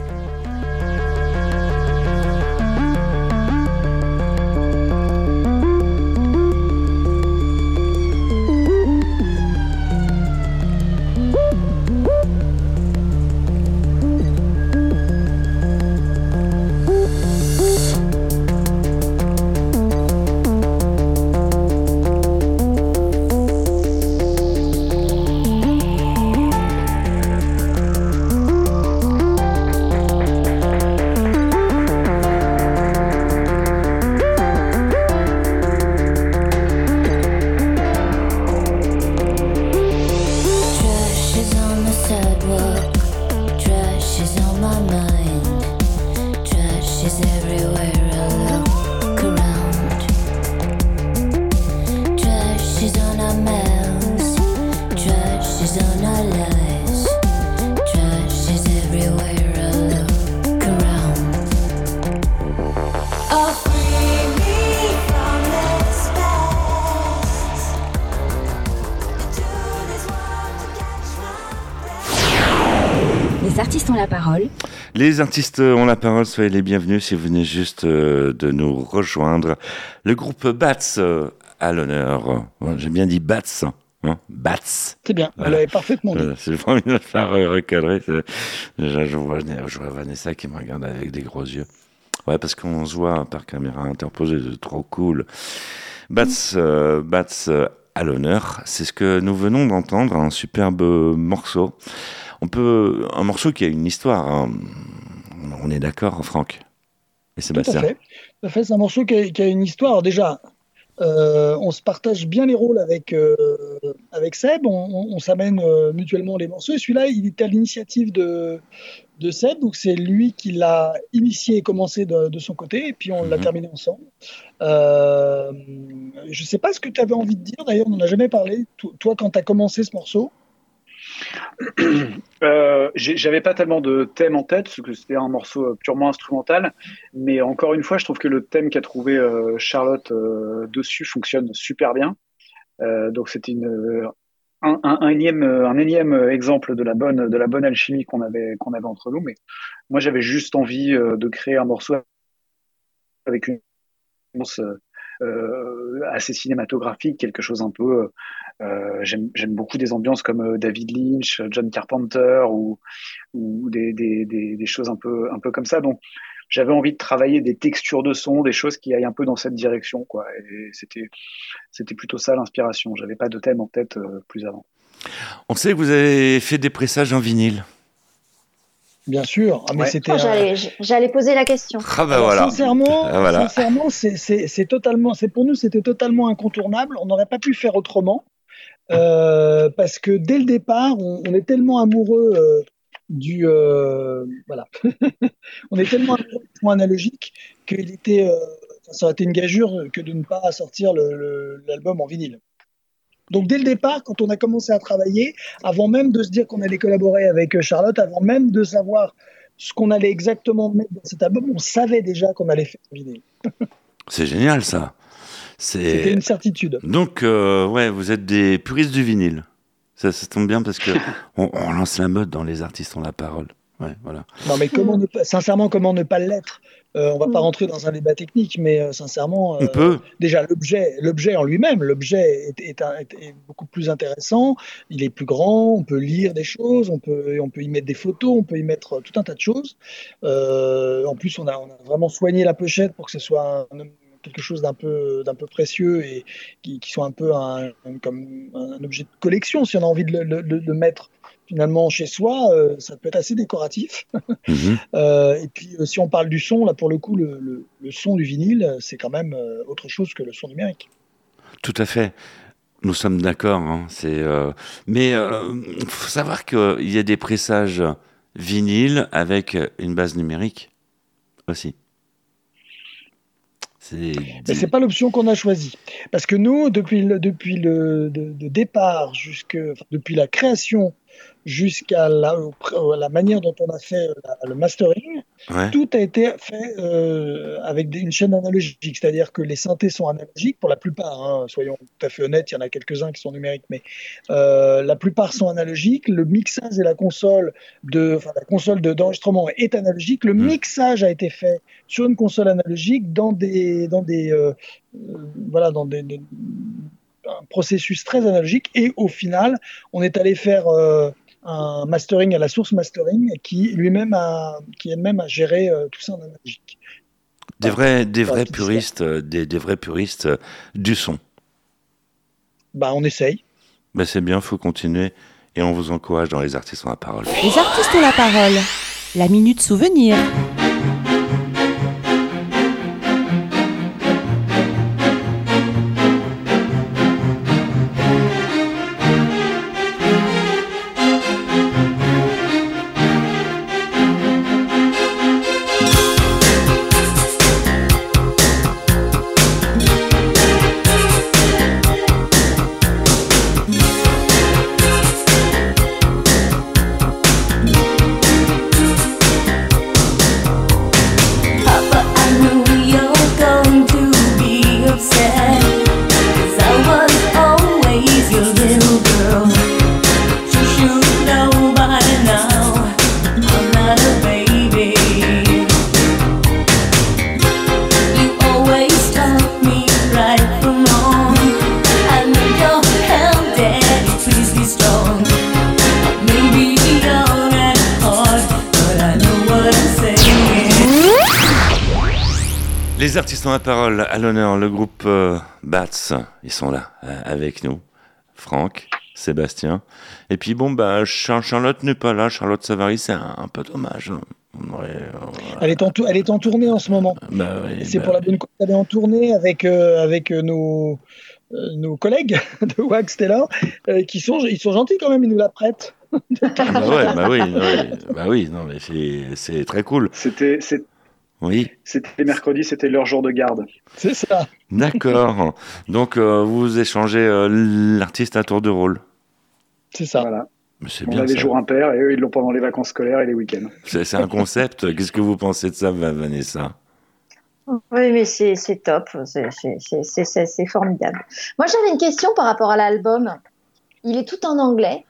Trash is on our lives. Trash is everywhere. la parole. Les artistes ont la parole, soyez les bienvenus si vous venez juste de nous rejoindre. Le groupe Bats à l'honneur. J'ai bien dit Bats. Hein, Bats. C'est bien, voilà. Elle avait parfaitement dit. Voilà, c'est vraiment une affaire recadrée. Je, je, vois, je vois Vanessa qui me regarde avec des gros yeux. Ouais, parce qu'on se voit par caméra interposée, c'est trop cool. Bats, euh, Bats euh, à l'honneur, c'est ce que nous venons d'entendre, un superbe morceau. On peut, un morceau qui a une histoire. Hein. On est d'accord, Franck et Sébastien. Tout à fait. Tout à fait, c'est un morceau qui a, qui a une histoire. Alors déjà. Euh, on se partage bien les rôles avec, euh, avec Seb, on, on, on s'amène euh, mutuellement les morceaux. Et celui-là, il était à l'initiative de, de Seb, donc c'est lui qui l'a initié et commencé de, de son côté, et puis on mmh. l'a terminé ensemble. Euh, je ne sais pas ce que tu avais envie de dire, d'ailleurs, on n'en a jamais parlé. Toi, quand tu as commencé ce morceau, Euh, j'avais pas tellement de thème en tête parce que c'était un morceau purement instrumental, mais encore une fois je trouve que le thème qu'a trouvé euh, Charlotte euh, dessus fonctionne super bien, euh, donc c'était une un, un, un, énième, un énième exemple de la bonne de la bonne alchimie qu'on avait qu'on avait entre nous. Mais moi j'avais juste envie euh, de créer un morceau avec une réponse euh, assez cinématographique, quelque chose un peu Euh, j'aime, j'aime beaucoup des ambiances comme euh, David Lynch, John Carpenter ou, ou des, des, des, des choses un peu, un peu comme ça. Donc, j'avais envie de travailler des textures de son, des choses qui aillent un peu dans cette direction, quoi. Et c'était, c'était plutôt ça l'inspiration. J'avais pas de thème en tête euh, plus avant. On sait que vous avez fait des pressages en vinyle. Bien sûr. Ah, mais ouais. c'était oh, j'allais, un... j'allais poser la question. Ah bah Alors, voilà. Sincèrement, ah voilà. sincèrement c'est, c'est, c'est totalement, c'est pour nous, c'était totalement incontournable. On n'aurait pas pu faire autrement. Euh, parce que dès le départ, on, on est tellement amoureux euh, du euh, voilà, on est tellement amoureux du son analogique qu'il était, euh, ça aurait été une gageure que de ne pas sortir le, le, l'album en vinyle. Donc dès le départ, quand on a commencé à travailler, avant même de se dire qu'on allait collaborer avec Charlotte, avant même de savoir ce qu'on allait exactement mettre dans cet album, on savait déjà qu'on allait faire en vinyle. C'est génial ça. C'est... C'était une certitude. Donc, euh, ouais, vous êtes des puristes du vinyle. Ça, ça tombe bien parce que on, on lance la mode dans Les artistes ont la parole. Ouais, voilà. Non, mais comment ne pas, sincèrement, comment ne pas l'être euh, On va pas rentrer dans un débat technique, mais euh, sincèrement, euh, on peut. Déjà l'objet, l'objet en lui-même, l'objet est, est, est, est beaucoup plus intéressant. Il est plus grand. On peut lire des choses. On peut, on peut y mettre des photos. On peut y mettre tout un tas de choses. Euh, en plus, on a, on a vraiment soigné la pochette pour que ce soit un, quelque chose d'un peu, d'un peu précieux et qui, qui soit un peu un, un, comme un objet de collection. Si on a envie de le, le, le mettre finalement chez soi, euh, ça peut être assez décoratif. Mmh. euh, et puis, euh, si on parle du son, là pour le coup, le, le, le son du vinyle, c'est quand même euh, autre chose que le son numérique. Tout à fait. Nous sommes d'accord. Hein. C'est, euh... Mais il euh, faut savoir qu'il y a des pressages vinyle avec une base numérique aussi. C'est... Mais c'est pas l'option qu'on a choisie, parce que nous, depuis le, depuis le de, de départ, jusque, enfin, depuis la création jusqu'à la, la manière dont on a fait la, le mastering, ouais. Tout a été fait euh, avec des, une chaîne analogique, c'est-à-dire que les synthés sont analogiques pour la plupart, hein, soyons tout à fait honnêtes, il y en a quelques-uns qui sont numériques, mais euh, la plupart sont analogiques. Le mixage et la console de, enfin, la console de, d'enregistrement est analogique. Le mmh. mixage a été fait sur une console analogique dans des, dans des, euh, euh, voilà, dans des, des, un processus très analogique. Et au final, on est allé faire euh, un mastering à la source mastering qui lui-même a, qui elle-même a géré euh, tout ça en analogique. Des vrais, des vrais puristes, des, des vrais puristes du son. Bah, on essaye. Bah, c'est bien, faut continuer et on vous encourage dans Les artistes ont la parole. Les artistes ont la parole. La minute souvenir. Les artistes ont la parole à l'honneur. Le groupe euh, Bats, ils sont là euh, avec nous. Franck, Sébastien. Et puis bon, bah, Char- Charlotte n'est pas là. Charlotte Savary, c'est un, un peu dommage. Ouais, euh, Elle est en, tou- elle est en tournée en ce moment. bah, oui, C'est bah, pour la bonne cause. Elle est en tournée avec, euh, avec euh, nos, euh, nos collègues de Wax Taylor, euh, qui sont, ils sont gentils quand même, ils nous la prêtent. bah ouais, bah oui, bah oui, bah oui, non mais c'est, c'est très cool. C'était, c'est- Oui, c'était mercredi, c'était leur jour de garde. C'est ça. d'accord. Donc euh, vous échangez euh, l'artiste à tour de rôle. C'est ça. Voilà. Mais c'est On bien a les ça. jours impairs et eux, ils l'ont pendant les vacances scolaires et les week-ends. C'est, c'est un concept. Qu'est-ce que vous pensez de ça, Va- Vanessa? Oui, mais c'est c'est top, c'est c'est- c'est- c'est- c'est- c'est formidable. Moi, j'avais une question par rapport à l'album. Il est tout en anglais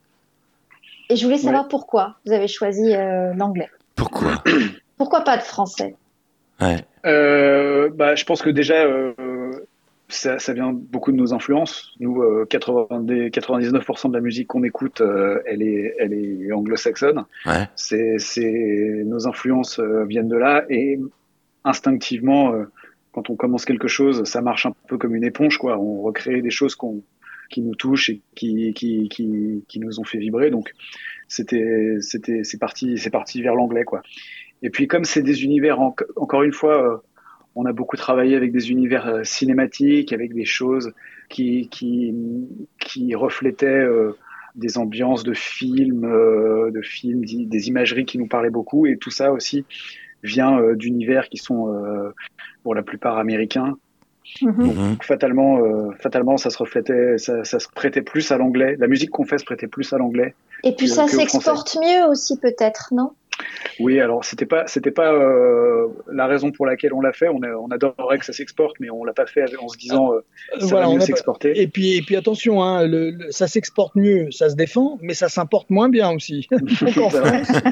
et je voulais savoir pourquoi vous avez choisi euh, l'anglais. Pourquoi? Pourquoi pas de français? Ouais. Euh, bah, je pense que déjà, euh, ça, ça vient beaucoup de nos influences. Nous, euh, quatre-vingt-dix, quatre-vingt-dix-neuf pour cent de la musique qu'on écoute, euh, elle est, elle est anglo-saxonne. Ouais. C'est, c'est, nos influences euh, viennent de là et instinctivement, euh, quand on commence quelque chose, ça marche un peu comme une éponge, quoi. On recrée des choses qu'on, qui nous touchent et qui, qui, qui, qui nous ont fait vibrer. Donc, c'était, c'était, c'est parti, c'est parti vers l'anglais, quoi. Et puis, comme c'est des univers, en- encore une fois, euh, on a beaucoup travaillé avec des univers euh, cinématiques, avec des choses qui, qui, qui reflétaient euh, des ambiances de films, euh, de films, d'i- des imageries qui nous parlaient beaucoup. Et tout ça aussi vient euh, d'univers qui sont euh, pour la plupart américains. Mhm. Mhm. Donc, fatalement, euh, fatalement, ça se reflétait, ça, ça se prêtait plus à l'anglais. La musique qu'on fait se prêtait plus à l'anglais. Et puis que- ça que au s'exporte mieux aussi peut-être, non? Oui, alors c'était pas, c'était pas euh, la raison pour laquelle on l'a fait. On, a, on adorerait que ça s'exporte, mais on l'a pas fait en se disant euh, ça Voilà, va on mieux a pas- s'exporter. Et puis, et puis attention, hein, le, le- ça s'exporte mieux, ça se défend, mais ça s'importe moins bien aussi. Donc en C'est vrai. France,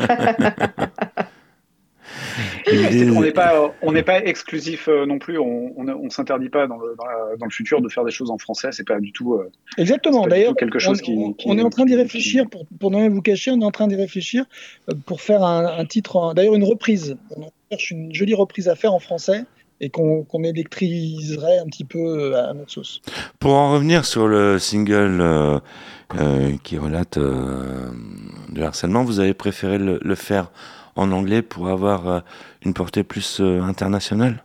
L'idée- On n'est pas, on n'est pas exclusif euh, non plus. On, on, on s'interdit pas dans le, dans, la- dans le futur de faire des choses en français. C'est pas du tout. euh, exactement. C'est pas du D'ailleurs, tout quelque on, chose qui- on- qui- on est en train d'y qui- réfléchir, pour, pour ne rien vous cacher, on est en train d'y réfléchir euh, pour faire un, un titre, en- d'ailleurs une reprise. On cherche une jolie reprise à faire en français et qu'on qu'on électriserait un petit peu à notre sauce. Pour en revenir sur le single euh, euh, qui relate euh, le harcèlement, vous avez préféré le, le faire en anglais pour avoir euh, une portée plus euh, internationale?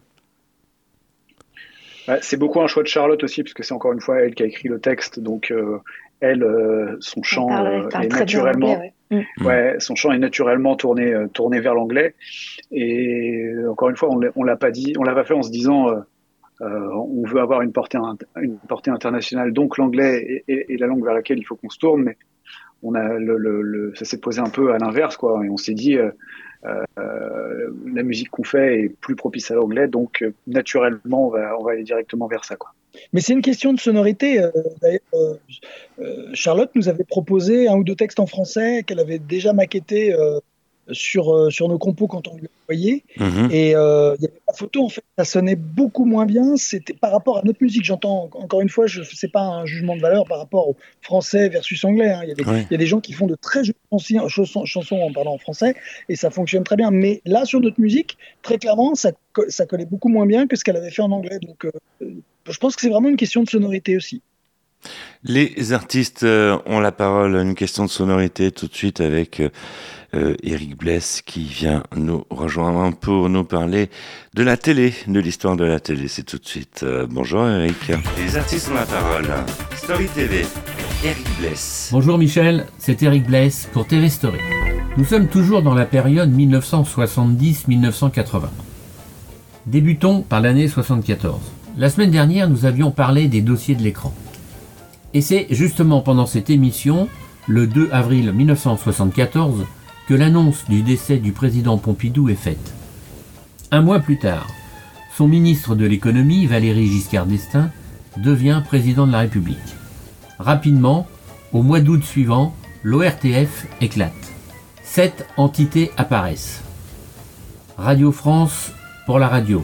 Ouais, c'est beaucoup un choix de Charlotte aussi, parce que c'est encore une fois elle qui a écrit le texte. Donc euh, elle, euh, son chant parle- euh, elle parle est très bien naturellement. anglais, ouais. Mm. Ouais, son chant est naturellement tourné, euh, tourné vers l'anglais. Et euh, encore une fois, on l'a- on l'a pas dit, on l'a pas fait en se disant, euh, euh, on veut avoir une portée, int- une portée internationale, donc l'anglais est, est- est la langue vers laquelle il faut qu'on se tourne. Mais on a le, le, le- ça s'est posé un peu à l'inverse, quoi. Et on s'est dit, euh, euh, la musique qu'on fait est plus propice à l'anglais, donc euh, naturellement, on va, on va aller directement vers ça, quoi. Mais c'est une question de sonorité. euh, D'ailleurs, euh, euh, Charlotte nous avait proposé un ou deux textes en français qu'elle avait déjà maquettés euh, sur, euh, sur nos compos quand on lui envoyait. Mhm. Et euh, il n'y avait pas photo, en fait. Ça sonnait beaucoup moins bien. C'était par rapport à notre musique. J'entends, encore une fois, je sais pas un jugement de valeur par rapport au français versus anglais, hein. Il y a des, Ouais. il y a des gens qui font de très jolies chansons, chansons, chansons en parlant en français et ça fonctionne très bien. Mais là, sur notre musique, très clairement, ça, co- ça collait beaucoup moins bien que ce qu'elle avait fait en anglais. Donc, euh, je pense que c'est vraiment une question de sonorité aussi. Les artistes euh, ont la parole. Une question de sonorité tout de suite avec euh, euh, Eric Bless qui vient nous rejoindre pour nous parler de la télé, de l'histoire de la télé. C'est tout de suite. Euh, bonjour Eric. Les artistes ont la parole. Story T V. Eric Bless. Bonjour Michel, c'est Eric Bless pour T V Story. Nous sommes toujours dans la période mille neuf cent soixante-dix à mille neuf cent quatre-vingts. Débutons par l'année soixante-quatorze. La semaine dernière, nous avions parlé des dossiers de l'écran. Et c'est justement pendant cette émission, le deux avril mille neuf cent soixante-quatorze, que l'annonce du décès du président Pompidou est faite. Un mois plus tard, son ministre de l'économie, Valéry Giscard d'Estaing, devient président de la République. Rapidement, au mois d'août suivant, l'O R T F éclate. Sept entités apparaissent. Radio France pour la radio.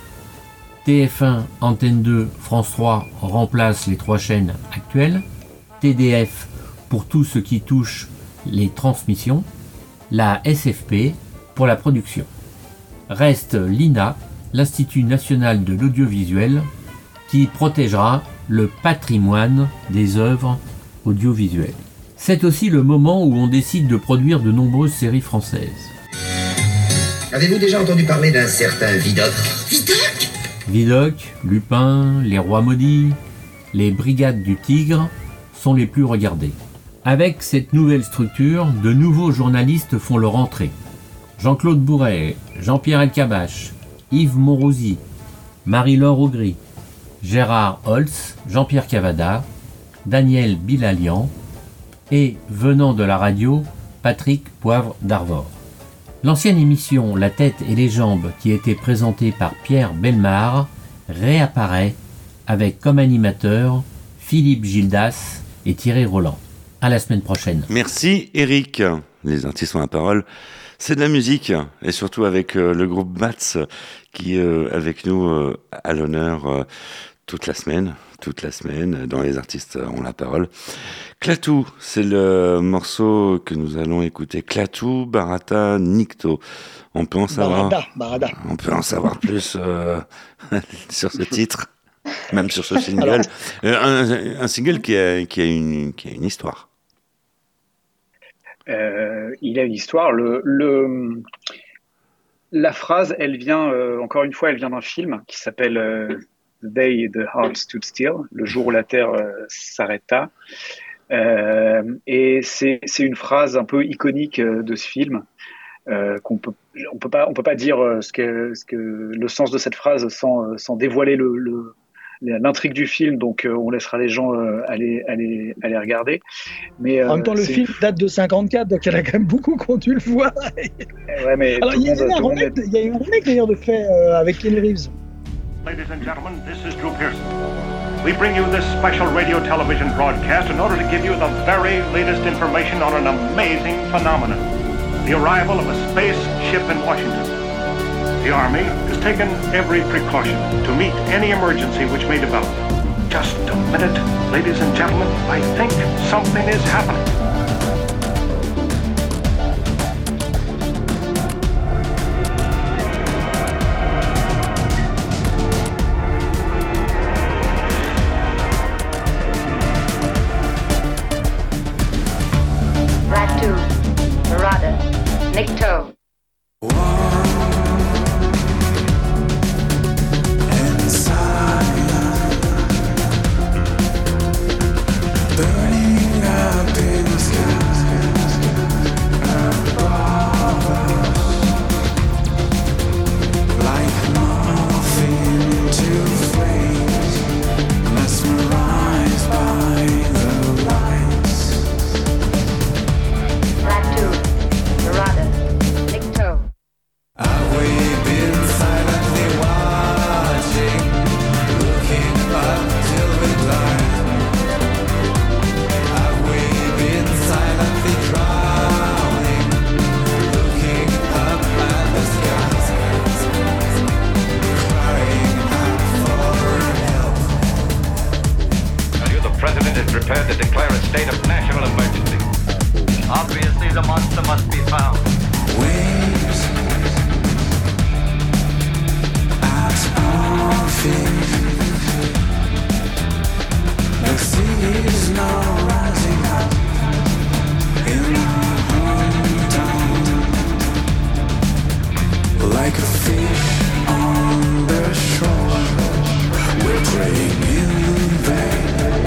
T F un, Antenne deux, France trois remplacent les trois chaînes actuelles. T D F pour tout ce qui touche les transmissions. La S F P pour la production. Reste l'I N A l'Institut national de l'audiovisuel, qui protégera le patrimoine des œuvres audiovisuelles. C'est aussi le moment où on décide de produire de nombreuses séries françaises. Avez-vous déjà entendu parler d'un certain Vidocq ? Vidocq ? Vidocq, Lupin, Les Rois Maudits, les Brigades du Tigre sont les plus regardés. Avec cette nouvelle structure, de nouveaux journalistes font leur entrée. Jean-Claude Bourret, Jean-Pierre Elkabbach, Yves Morosi, Marie-Laure Augry, Gérard Holtz, Jean-Pierre Cavada, Daniel Bilalian et, venant de la radio, Patrick Poivre d'Arvor. L'ancienne émission La tête et les jambes, qui était présentée par Pierre Bellemare, réapparaît avec comme animateurs Philippe Gildas et Thierry Roland. À la semaine prochaine. Merci Eric. Les artistes ont la parole. C'est de la musique, et surtout avec euh, le groupe Bats qui est euh, avec nous euh, à l'honneur euh, toute la semaine, toute la semaine, dans Les artistes ont la parole. Klaatu, c'est le morceau que nous allons écouter. Klaatu, Barata, Nikto. On peut en savoir, Barada, Barada. On peut en savoir plus euh, sur ce titre, même sur ce single. Euh, un, un single qui a, qui a une, qui a une histoire. Euh, il a une histoire. Le, le, la phrase, elle vient, euh, encore une fois, elle vient d'un film qui s'appelle euh, The Day the Heart Stood Still, le jour où la Terre euh, s'arrêta. Euh, et c'est, c'est une phrase un peu iconique euh, de ce film. Euh, qu'on peut, on peut pas, on peut pas dire euh, ce que, ce que le sens de cette phrase sans, sans dévoiler le, le l'intrigue du film, donc euh, on laissera les gens euh, aller, aller, aller regarder. Mais, euh, en même temps, le film date de cinquante-quatre, donc il y en a quand même beaucoup qui ont dû le voir. Ouais, mais alors, il y, y, y a eu un remake d'ailleurs de fait euh, avec Keanu Reeves. Ladies and gentlemen, this is Drew Pearson. We bring you this special radio television broadcast in order to give you the very latest information on an amazing phenomenon, the arrival of a spaceship in Washington. The Army has taken every precaution to meet any emergency which may develop. Just a minute, ladies and gentlemen, I think something is happening. Klaatu, Barada, Nikto. prepared to declare a state of national emergency. Obviously, the monster must be found. Waves at our feet. The sea is now rising up in our hometown, like a fish on the shore. We're praying in vain.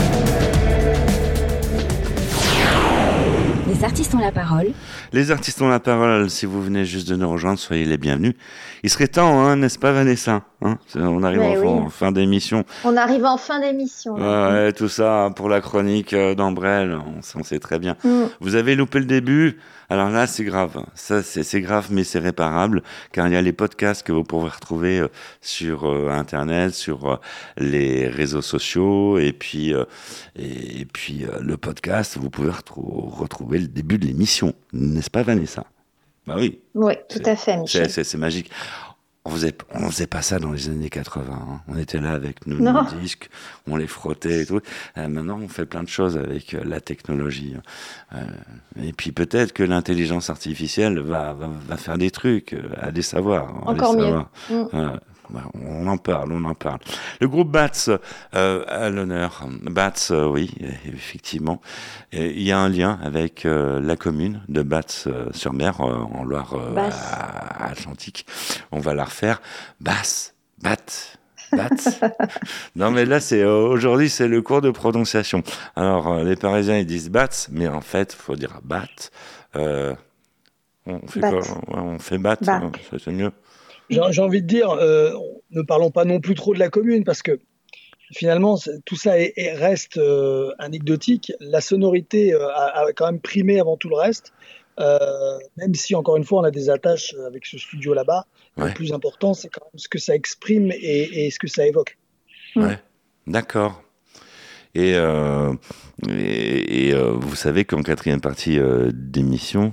Les artistes ont la parole. Les artistes ont la parole. Si vous venez juste de nous rejoindre, soyez les bienvenus. Il serait temps, hein, n'est-ce pas, Vanessa, hein? On arrive en, oui. en fin d'émission. On arrive en fin d'émission. Ouais, tout ça pour la chronique d'Ambrelle, on, on sait très bien. Mm. Vous avez loupé le début. Alors là, c'est grave. Ça, c'est, c'est grave, mais c'est réparable, car il y a les podcasts que vous pourrez retrouver euh, sur euh, Internet, sur euh, les réseaux sociaux, et puis, euh, et, et puis euh, le podcast, vous pouvez retrou- retrouver le début de l'émission, n'est-ce pas, Vanessa? Bah oui. Oui, tout c'est, à fait, Michel. C'est, c'est, c'est magique. On faisait, on faisait pas ça dans les années quatre-vingts. Hein. On était là avec nos, nos disques, on les frottait et tout. Euh, maintenant, on fait plein de choses avec euh, la technologie. Euh, et puis peut-être que l'intelligence artificielle va, va, va faire des trucs, euh, allez savoir. Encore allez mieux. savoir. Mm. Euh, On en parle, on en parle. Le groupe Bats euh, à l'honneur. Bats, euh, oui, effectivement. Et il y a un lien avec euh, la commune de Bats-sur-Mer, euh, en Loire-Atlantique. On va la refaire. Bass, Bat, Bat. Non, mais là, c'est euh, aujourd'hui, c'est le cours de prononciation. Alors, euh, les Parisiens, ils disent Bats, mais en fait, il faut dire Bat. Euh, on fait Bat. quoi? Ouais, on fait Bat, Bat. hein, ça, c'est mieux. J'ai j'ai envie de dire, euh, ne parlons pas non plus trop de la commune, parce que finalement, c'est- tout ça est- est- reste euh, anecdotique. La sonorité euh, a, a quand même primé avant tout le reste, euh, même si, encore une fois, on a des attaches avec ce studio là-bas. Ouais. Le plus important, c'est quand même ce que ça exprime et, et ce que ça évoque. Ouais, d'accord. Et, euh, et, et, euh, vous savez qu'en quatrième partie euh, d'émission,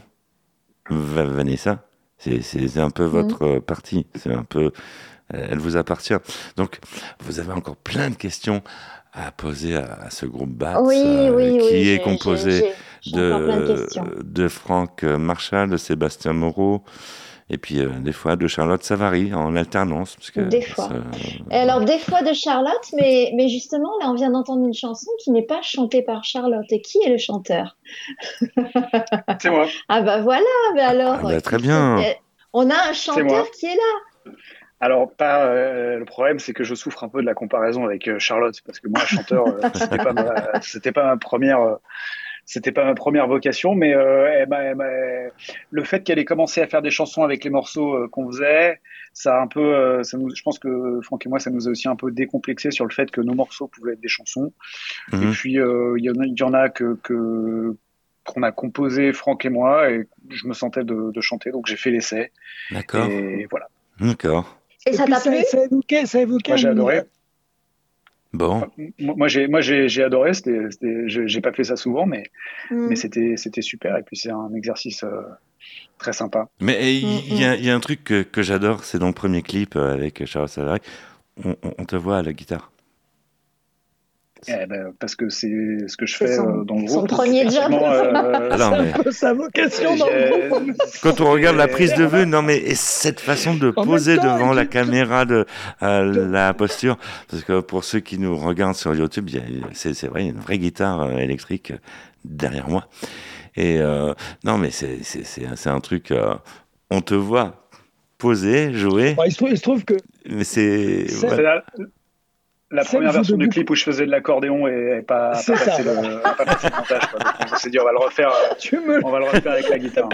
Va- Vanessa, c'est, c'est c'est un peu votre euh, partie, c'est un peu, euh, elle vous appartient. Donc, vous avez encore plein de questions à poser à, à ce groupe Bats, Oui, euh, oui, qui oui, est j'ai- composé j'ai- j'ai encore plein de de, questions. de Franck Marchal, de Sébastien Moreau, et puis euh, des fois de Charlotte Savary en alternance. Parce que Des fois. ça- Et alors, des fois de Charlotte, mais, mais justement, là, on vient d'entendre une chanson qui n'est pas chantée par Charlotte. Et qui est le chanteur? C'est moi. Ah bah voilà, mais alors. Ah bah, très bien. Eh, On a un moi. chanteur qui est là. Alors, pas, euh, le problème, c'est que je souffre un peu de la comparaison avec euh, Charlotte, parce que moi, chanteur, euh, c'était pas ma, c'était pas ma première, euh, c'était pas ma première vocation, mais euh, elle m'a- elle m'a- le fait qu'elle ait commencé à faire des chansons avec les morceaux euh, qu'on faisait, ça a un peu, euh, ça nous, je pense que Franck et moi, ça nous a aussi un peu décomplexé sur le fait que nos morceaux pouvaient être des chansons. Mhm. Et puis, euh, il y en a, il y en a que, que qu'on a composé Franck et moi, et je me sentais de, de chanter, donc j'ai fait l'essai. D'accord. Et voilà. D'accord. Et ça puis, t'a plu? ça évoquait, ça évoquait Moi, j'ai un adoré. univers. Bon. Moi, moi, j'ai, moi, j'ai, j'ai adoré. C'était, c'était, je- j'ai pas fait ça souvent, mais, Mm. mais c'était, c'était super. Et puis, c'est un exercice euh, très sympa. Mais il Mm, y, a- il y a un truc que, que j'adore, c'est dans le premier clip euh, avec Charles Savary, on, on- on te voit à la guitare. Eh ben, parce que c'est ce que je C'est fais son- euh, dans le son groupe. premier job. Effectivement, euh, Ah non, mais Un peu sa vocation dans le groupe. j'ai- quand on regarde la prise de vue, non mais et cette façon de En poser même temps, devant et la puis- caméra, de euh, la posture, parce que pour ceux qui nous regardent sur YouTube, il y a- c'est c'est vrai, il y a une vraie guitare euh, électrique euh, derrière moi. Et euh, non mais c'est c'est c'est c'est un truc, euh, on te voit poser, jouer, Bon, il, se trouve, il se trouve que mais c'est C'est- voilà. c'est la, la Celle première joue version du debout. clip où je faisais de l'accordéon et, et pas, C'est pas ça, passé le, a pas passé le montage. Quoi. Donc, on s'est dit, on va le refaire. euh, tu me On va le refaire avec la guitare.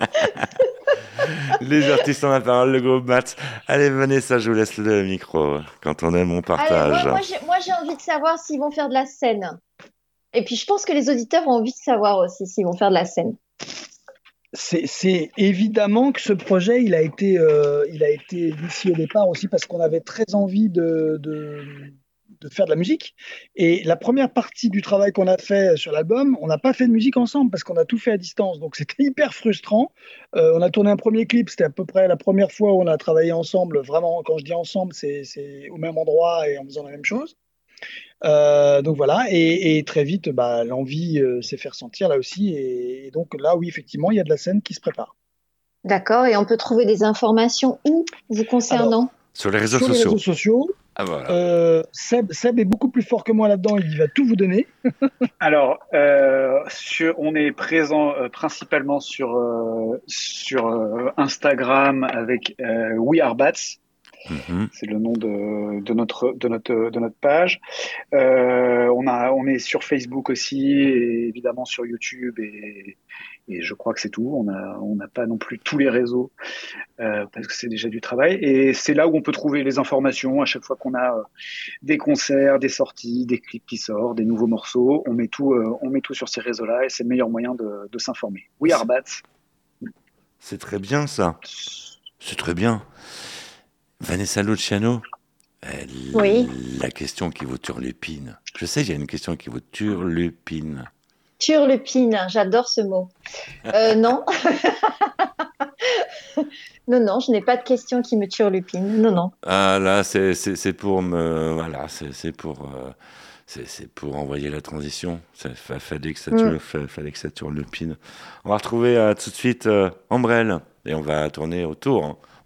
Les artistes ont la parole, le groupe Bats. Allez Vanessa, je vous laisse le micro quand on aime, on Allez, partage. moi, moi, j'ai, moi, j'ai envie de savoir s'ils vont faire de la scène. Et puis, je pense que les auditeurs ont envie de savoir aussi s'ils vont faire de la scène. C'est c'est évidemment que ce projet, il a été, euh, il a été initié au départ aussi parce qu'on avait très envie de, de, de faire de la musique. Et la première partie du travail qu'on a fait sur l'album, on n'a pas fait de musique ensemble parce qu'on a tout fait à distance. Donc c'était hyper frustrant. Euh, on a tourné un premier clip, c'était à peu près la première fois où on a travaillé ensemble. Vraiment, quand je dis ensemble, c'est c'est au même endroit et en faisant la même chose. Euh, donc voilà, et, et très vite, bah, l'envie euh, s'est fait ressentir là aussi. Et, et donc là, oui, effectivement, il y a de la scène qui se prépare. D'accord. Et on peut trouver des informations où vous concernant? Sur les réseaux Sur les sociaux. réseaux sociaux, Ah voilà. euh, Seb, Seb est beaucoup plus fort que moi là-dedans, il va tout vous donner. Alors, euh, sur, on est présent euh, principalement sur, euh, sur euh, Instagram avec euh, We Are Bats. Mhm. C'est le nom de, de notre de notre de notre page. Euh, on a on est sur Facebook aussi et évidemment sur YouTube et et je crois que c'est tout. On a on n'a pas non plus tous les réseaux euh, parce que c'est déjà du travail et c'est là où on peut trouver les informations à chaque fois qu'on a euh, des concerts, des sorties, des clips qui sortent, des nouveaux morceaux. On met tout euh, on met tout sur ces réseaux-là et c'est le meilleur moyen de, de s'informer. We Are Bats. C'est très bien ça. C'est très bien. Vanessa Luciano, euh, Oui. la question qui vous turlupine. Je sais, il y a une question qui vous turlupine. Turlupine, j'adore ce mot. Euh, non. non, non, je n'ai pas de question qui me turlupine. Non, non. Ah là, c'est c'est c'est pour me voilà, c'est c'est pour euh, c'est c'est pour envoyer la transition. Ça fa- fallait que ça Mm. tur- fa- fallait que ça turlupine. On va retrouver euh, tout de suite euh, Ambrelle et on va tourner autour. hein.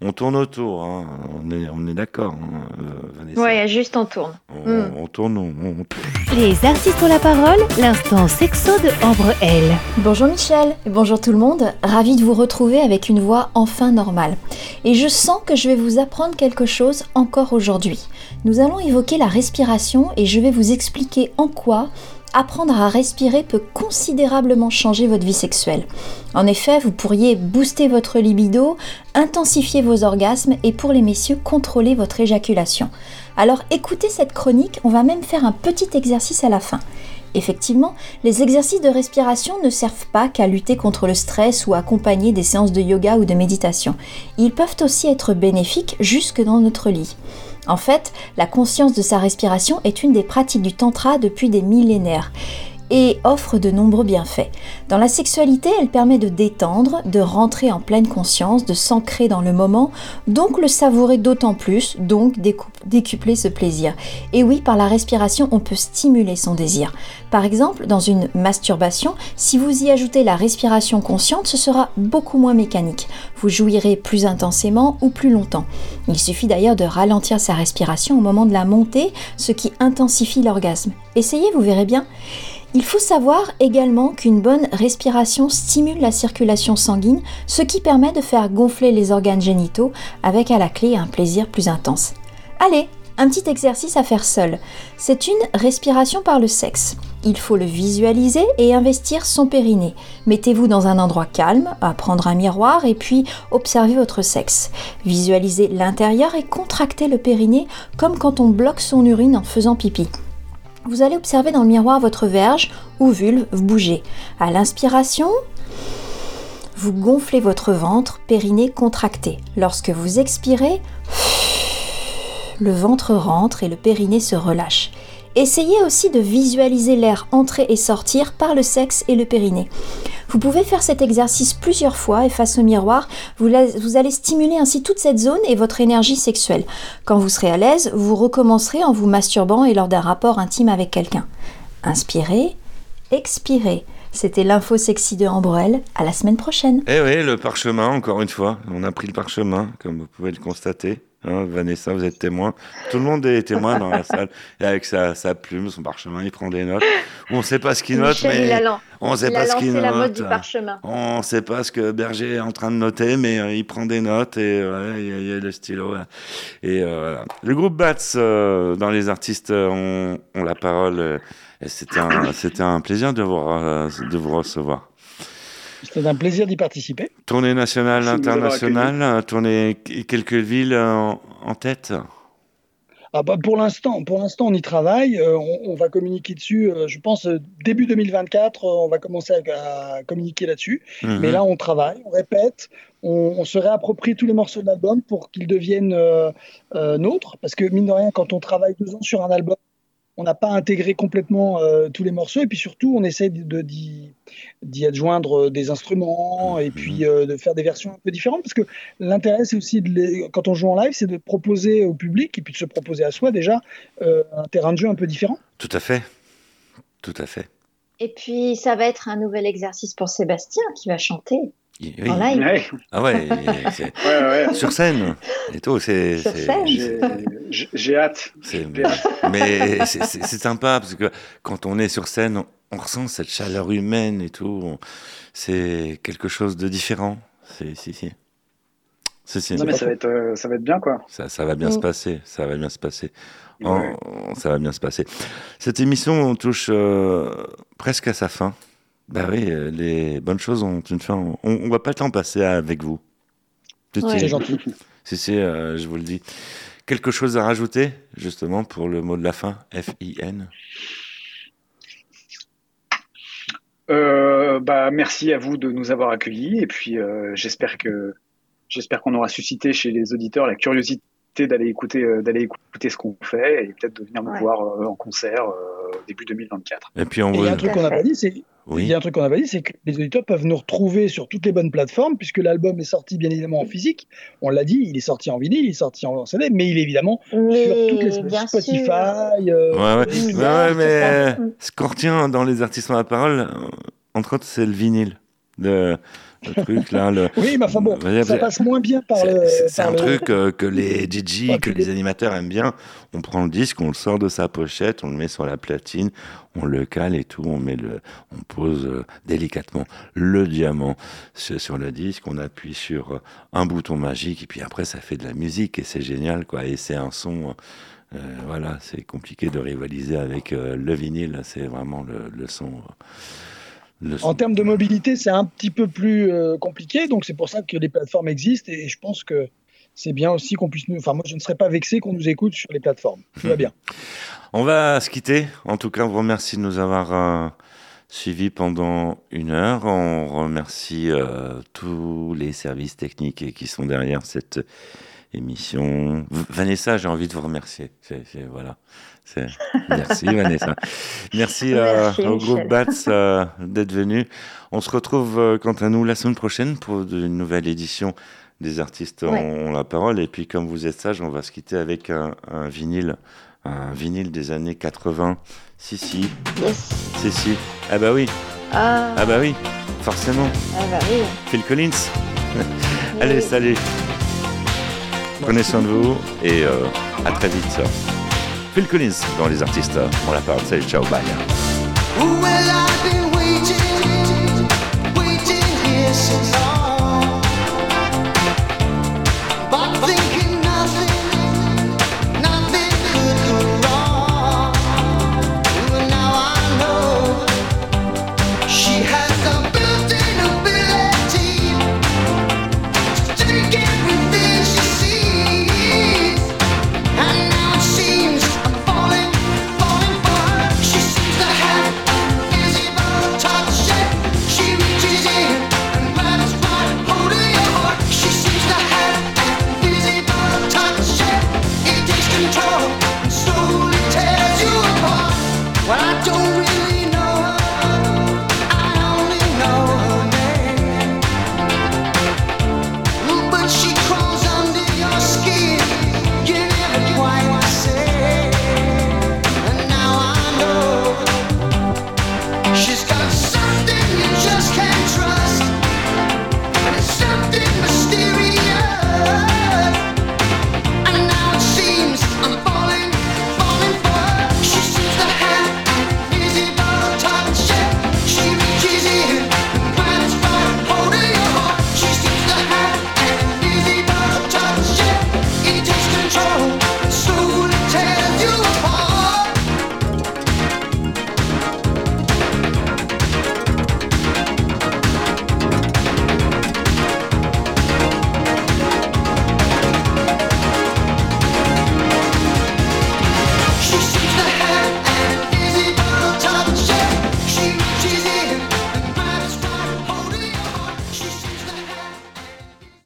on, on tourne autour, hein. on est, on est d'accord, hein, euh, Vanessa. Ouais, juste on tourne. On est, on est d'accord, hein, euh, Vanessa. Ouais, juste on tourne. On, Mm. on tourne, on, on tourne. Les artistes ont la parole, l'instant sexo de Ambre L. Bonjour Michel, et bonjour tout le monde, ravi de vous retrouver avec une voix enfin normale. Et je sens que je vais vous apprendre quelque chose encore aujourd'hui. Nous allons évoquer la respiration et je vais vous expliquer en quoi apprendre à respirer peut considérablement changer votre vie sexuelle. En effet, vous pourriez booster votre libido, intensifier vos orgasmes et pour les messieurs, contrôler votre éjaculation. Alors écoutez cette chronique, on va même faire un petit exercice à la fin. Effectivement, les exercices de respiration ne servent pas qu'à lutter contre le stress ou à accompagner des séances de yoga ou de méditation. Ils peuvent aussi être bénéfiques jusque dans notre lit. En fait, la conscience de sa respiration est une des pratiques du tantra depuis des millénaires et offre de nombreux bienfaits. Dans la sexualité, elle permet de détendre, de rentrer en pleine conscience, de s'ancrer dans le moment, donc le savourer d'autant plus, donc décou- décupler ce plaisir. Et oui, par la respiration, on peut stimuler son désir. Par exemple, dans une masturbation, si vous y ajoutez la respiration consciente, ce sera beaucoup moins mécanique. Vous jouirez plus intensément ou plus longtemps. Il suffit d'ailleurs de ralentir sa respiration au moment de la montée, ce qui intensifie l'orgasme. Essayez, vous verrez bien. Il faut savoir également qu'une bonne respiration stimule la circulation sanguine, ce qui permet de faire gonfler les organes génitaux avec à la clé un plaisir plus intense. Allez, un petit exercice à faire seul. C'est une respiration par le sexe. Il faut le visualiser et investir son périnée. Mettez-vous dans un endroit calme, à prendre un miroir et puis observez votre sexe. Visualisez l'intérieur et contractez le périnée comme quand on bloque son urine en faisant pipi. Vous allez observer dans le miroir votre verge ou vulve bouger. À l'inspiration, vous gonflez votre ventre, périnée contracté. Lorsque vous expirez, le ventre rentre et le périnée se relâche. Essayez aussi de visualiser l'air entrer et sortir par le sexe et le périnée. Vous pouvez faire cet exercice plusieurs fois et face au miroir, vous, la, vous allez stimuler ainsi toute cette zone et votre énergie sexuelle. Quand vous serez à l'aise, vous recommencerez en vous masturbant et lors d'un rapport intime avec quelqu'un. Inspirez, expirez. C'était l'info sexy de Ambre L. À la semaine prochaine. Eh oui, le parchemin, encore une fois. On a pris le parchemin, comme vous pouvez le constater. Hein, Vanessa, vous êtes témoin. Tout le monde est témoin dans la salle. Et avec sa, sa plume, son parchemin, il prend des notes. On ne sait pas ce qu'il note, Michel, mais il a lan- on ne sait il pas a ce qu'il lancé note. la mode du parchemin. On ne sait pas ce que Berger est en train de noter, mais euh, il prend des notes et ouais, il, y a, il y a le stylo. Là. Et euh, voilà. Le groupe Bats, euh, dans les artistes, euh, ont, ont la parole. Euh, et c'était un, c'était un plaisir de vous, euh, de vous recevoir. C'était un plaisir d'y participer. Tournée nationale, Merci de nous avoir internationale, tournée quelques villes en, en tête. Ah bah pour l'instant, pour l'instant, on y travaille. Euh, on, on va communiquer dessus. Euh, je pense euh, début deux mille vingt-quatre, euh, on va commencer à, à communiquer là-dessus. Mhm. Mais là, on travaille, on répète, on, on se réapproprie tous les morceaux de l'album pour qu'ils deviennent euh, euh, nôtres. Parce que mine de rien, quand on travaille deux ans sur un album, on n'a pas intégré complètement euh, tous les morceaux. Et puis surtout, on essaie de, de, d'y, d'y adjoindre des instruments et puis euh, de faire des versions un peu différentes. Parce que l'intérêt, c'est aussi, de les, quand on joue en live, c'est de proposer au public et puis de se proposer à soi déjà euh, un terrain de jeu un peu différent. Tout à fait. Tout à fait. Et puis, ça va être un nouvel exercice pour Sébastien qui va chanter Oui. en live. Ouais. Ah ouais, c'est... Ouais, ouais. sur scène et tout, c'est... Sur c'est... scène. J'ai, j'ai- j'ai hâte. c'est- J'ai hâte. Mais c'est, c'est, c'est sympa parce que quand on est sur scène, on, on ressent cette chaleur humaine et tout. On- c'est quelque chose de différent. C'est, si, si. Si, si. Non, mais ça va être, euh, ça va être bien, quoi. Ça, ça va bien Mm. se passer. Ça va bien se passer. Ouais. Oh, ça va bien se passer. Cette émission, on touche euh, presque à sa fin. Bah oui, euh, les bonnes choses ont une fin. On, on va pas le temps passer avec vous. C'est, Ouais. C'est gentil. Si, si, euh, je vous le dis. Quelque chose à rajouter, justement, pour le mot de la fin, F I N. Euh, bah, merci à vous de nous avoir accueillis et puis euh, j'espère que j'espère qu'on aura suscité chez les auditeurs la curiosité d'aller écouter euh, d'aller écouter ce qu'on fait et peut-être de venir nous Ouais. voir euh, en concert euh, début deux mille vingt-quatre. Et puis on Et il vous... y a un truc qu'on n'a pas dit, c'est Oui. il y a un truc qu'on n'a pas dit, c'est que les auditeurs peuvent nous retrouver sur toutes les bonnes plateformes, puisque l'album est sorti bien évidemment en physique. On l'a dit, il est sorti en vinyle, il est sorti en C D, mais il est évidemment Mais sur toutes les bien Spotify. sûr. euh, Ouais, ouais. Deezer, Ouais, ouais, tout mais ça. Mm. ce qu'on retient dans les artistes à la parole, euh, entre autres, c'est le vinyle. Le, le truc là. Le... Oui, mais enfin bon, c'est, ça passe moins bien par c'est, le. C'est, c'est par un le... truc euh, que les D J, que les animateurs aiment bien. On prend le disque, on le sort de sa pochette, on le met sur la platine, on le cale et tout, on met le, on pose euh, délicatement le diamant sur, sur le disque, on appuie sur euh, un bouton magique et puis après ça fait de la musique et c'est génial quoi. Et c'est un son. Euh, voilà, c'est compliqué de rivaliser avec euh, le vinyle. C'est vraiment le, le son. Le son. En termes de mobilité, c'est un petit peu plus euh, compliqué, donc c'est pour ça que les plateformes existent et je pense que c'est bien aussi qu'on puisse nous. Enfin, moi, je ne serais pas vexé qu'on nous écoute sur les plateformes. Tout va bien. On va se quitter. En tout cas, on vous remercie de nous avoir euh, suivis pendant une heure. On remercie euh, tous les services techniques qui sont derrière cette émission. Vanessa, j'ai envie de vous remercier. C'est, c'est, voilà. C'est... Merci Vanessa. Merci, euh, Merci au groupe Bats euh, d'être venu. On se retrouve euh, quant à nous la semaine prochaine pour une nouvelle édition des artistes ouais. ont la parole. Et puis comme vous êtes sage, on va se quitter avec un, un vinyle, un vinyle des années quatre-vingts. Si si. Yes. Si si. Ah bah oui. Ah, ah bah oui. Forcément. Ah bah oui. Phil Collins. Oui. Allez, salut. Prenez soin de vous et euh, à très vite. Phil Collins dans les artistes ont la parole. Salut, ciao, bye.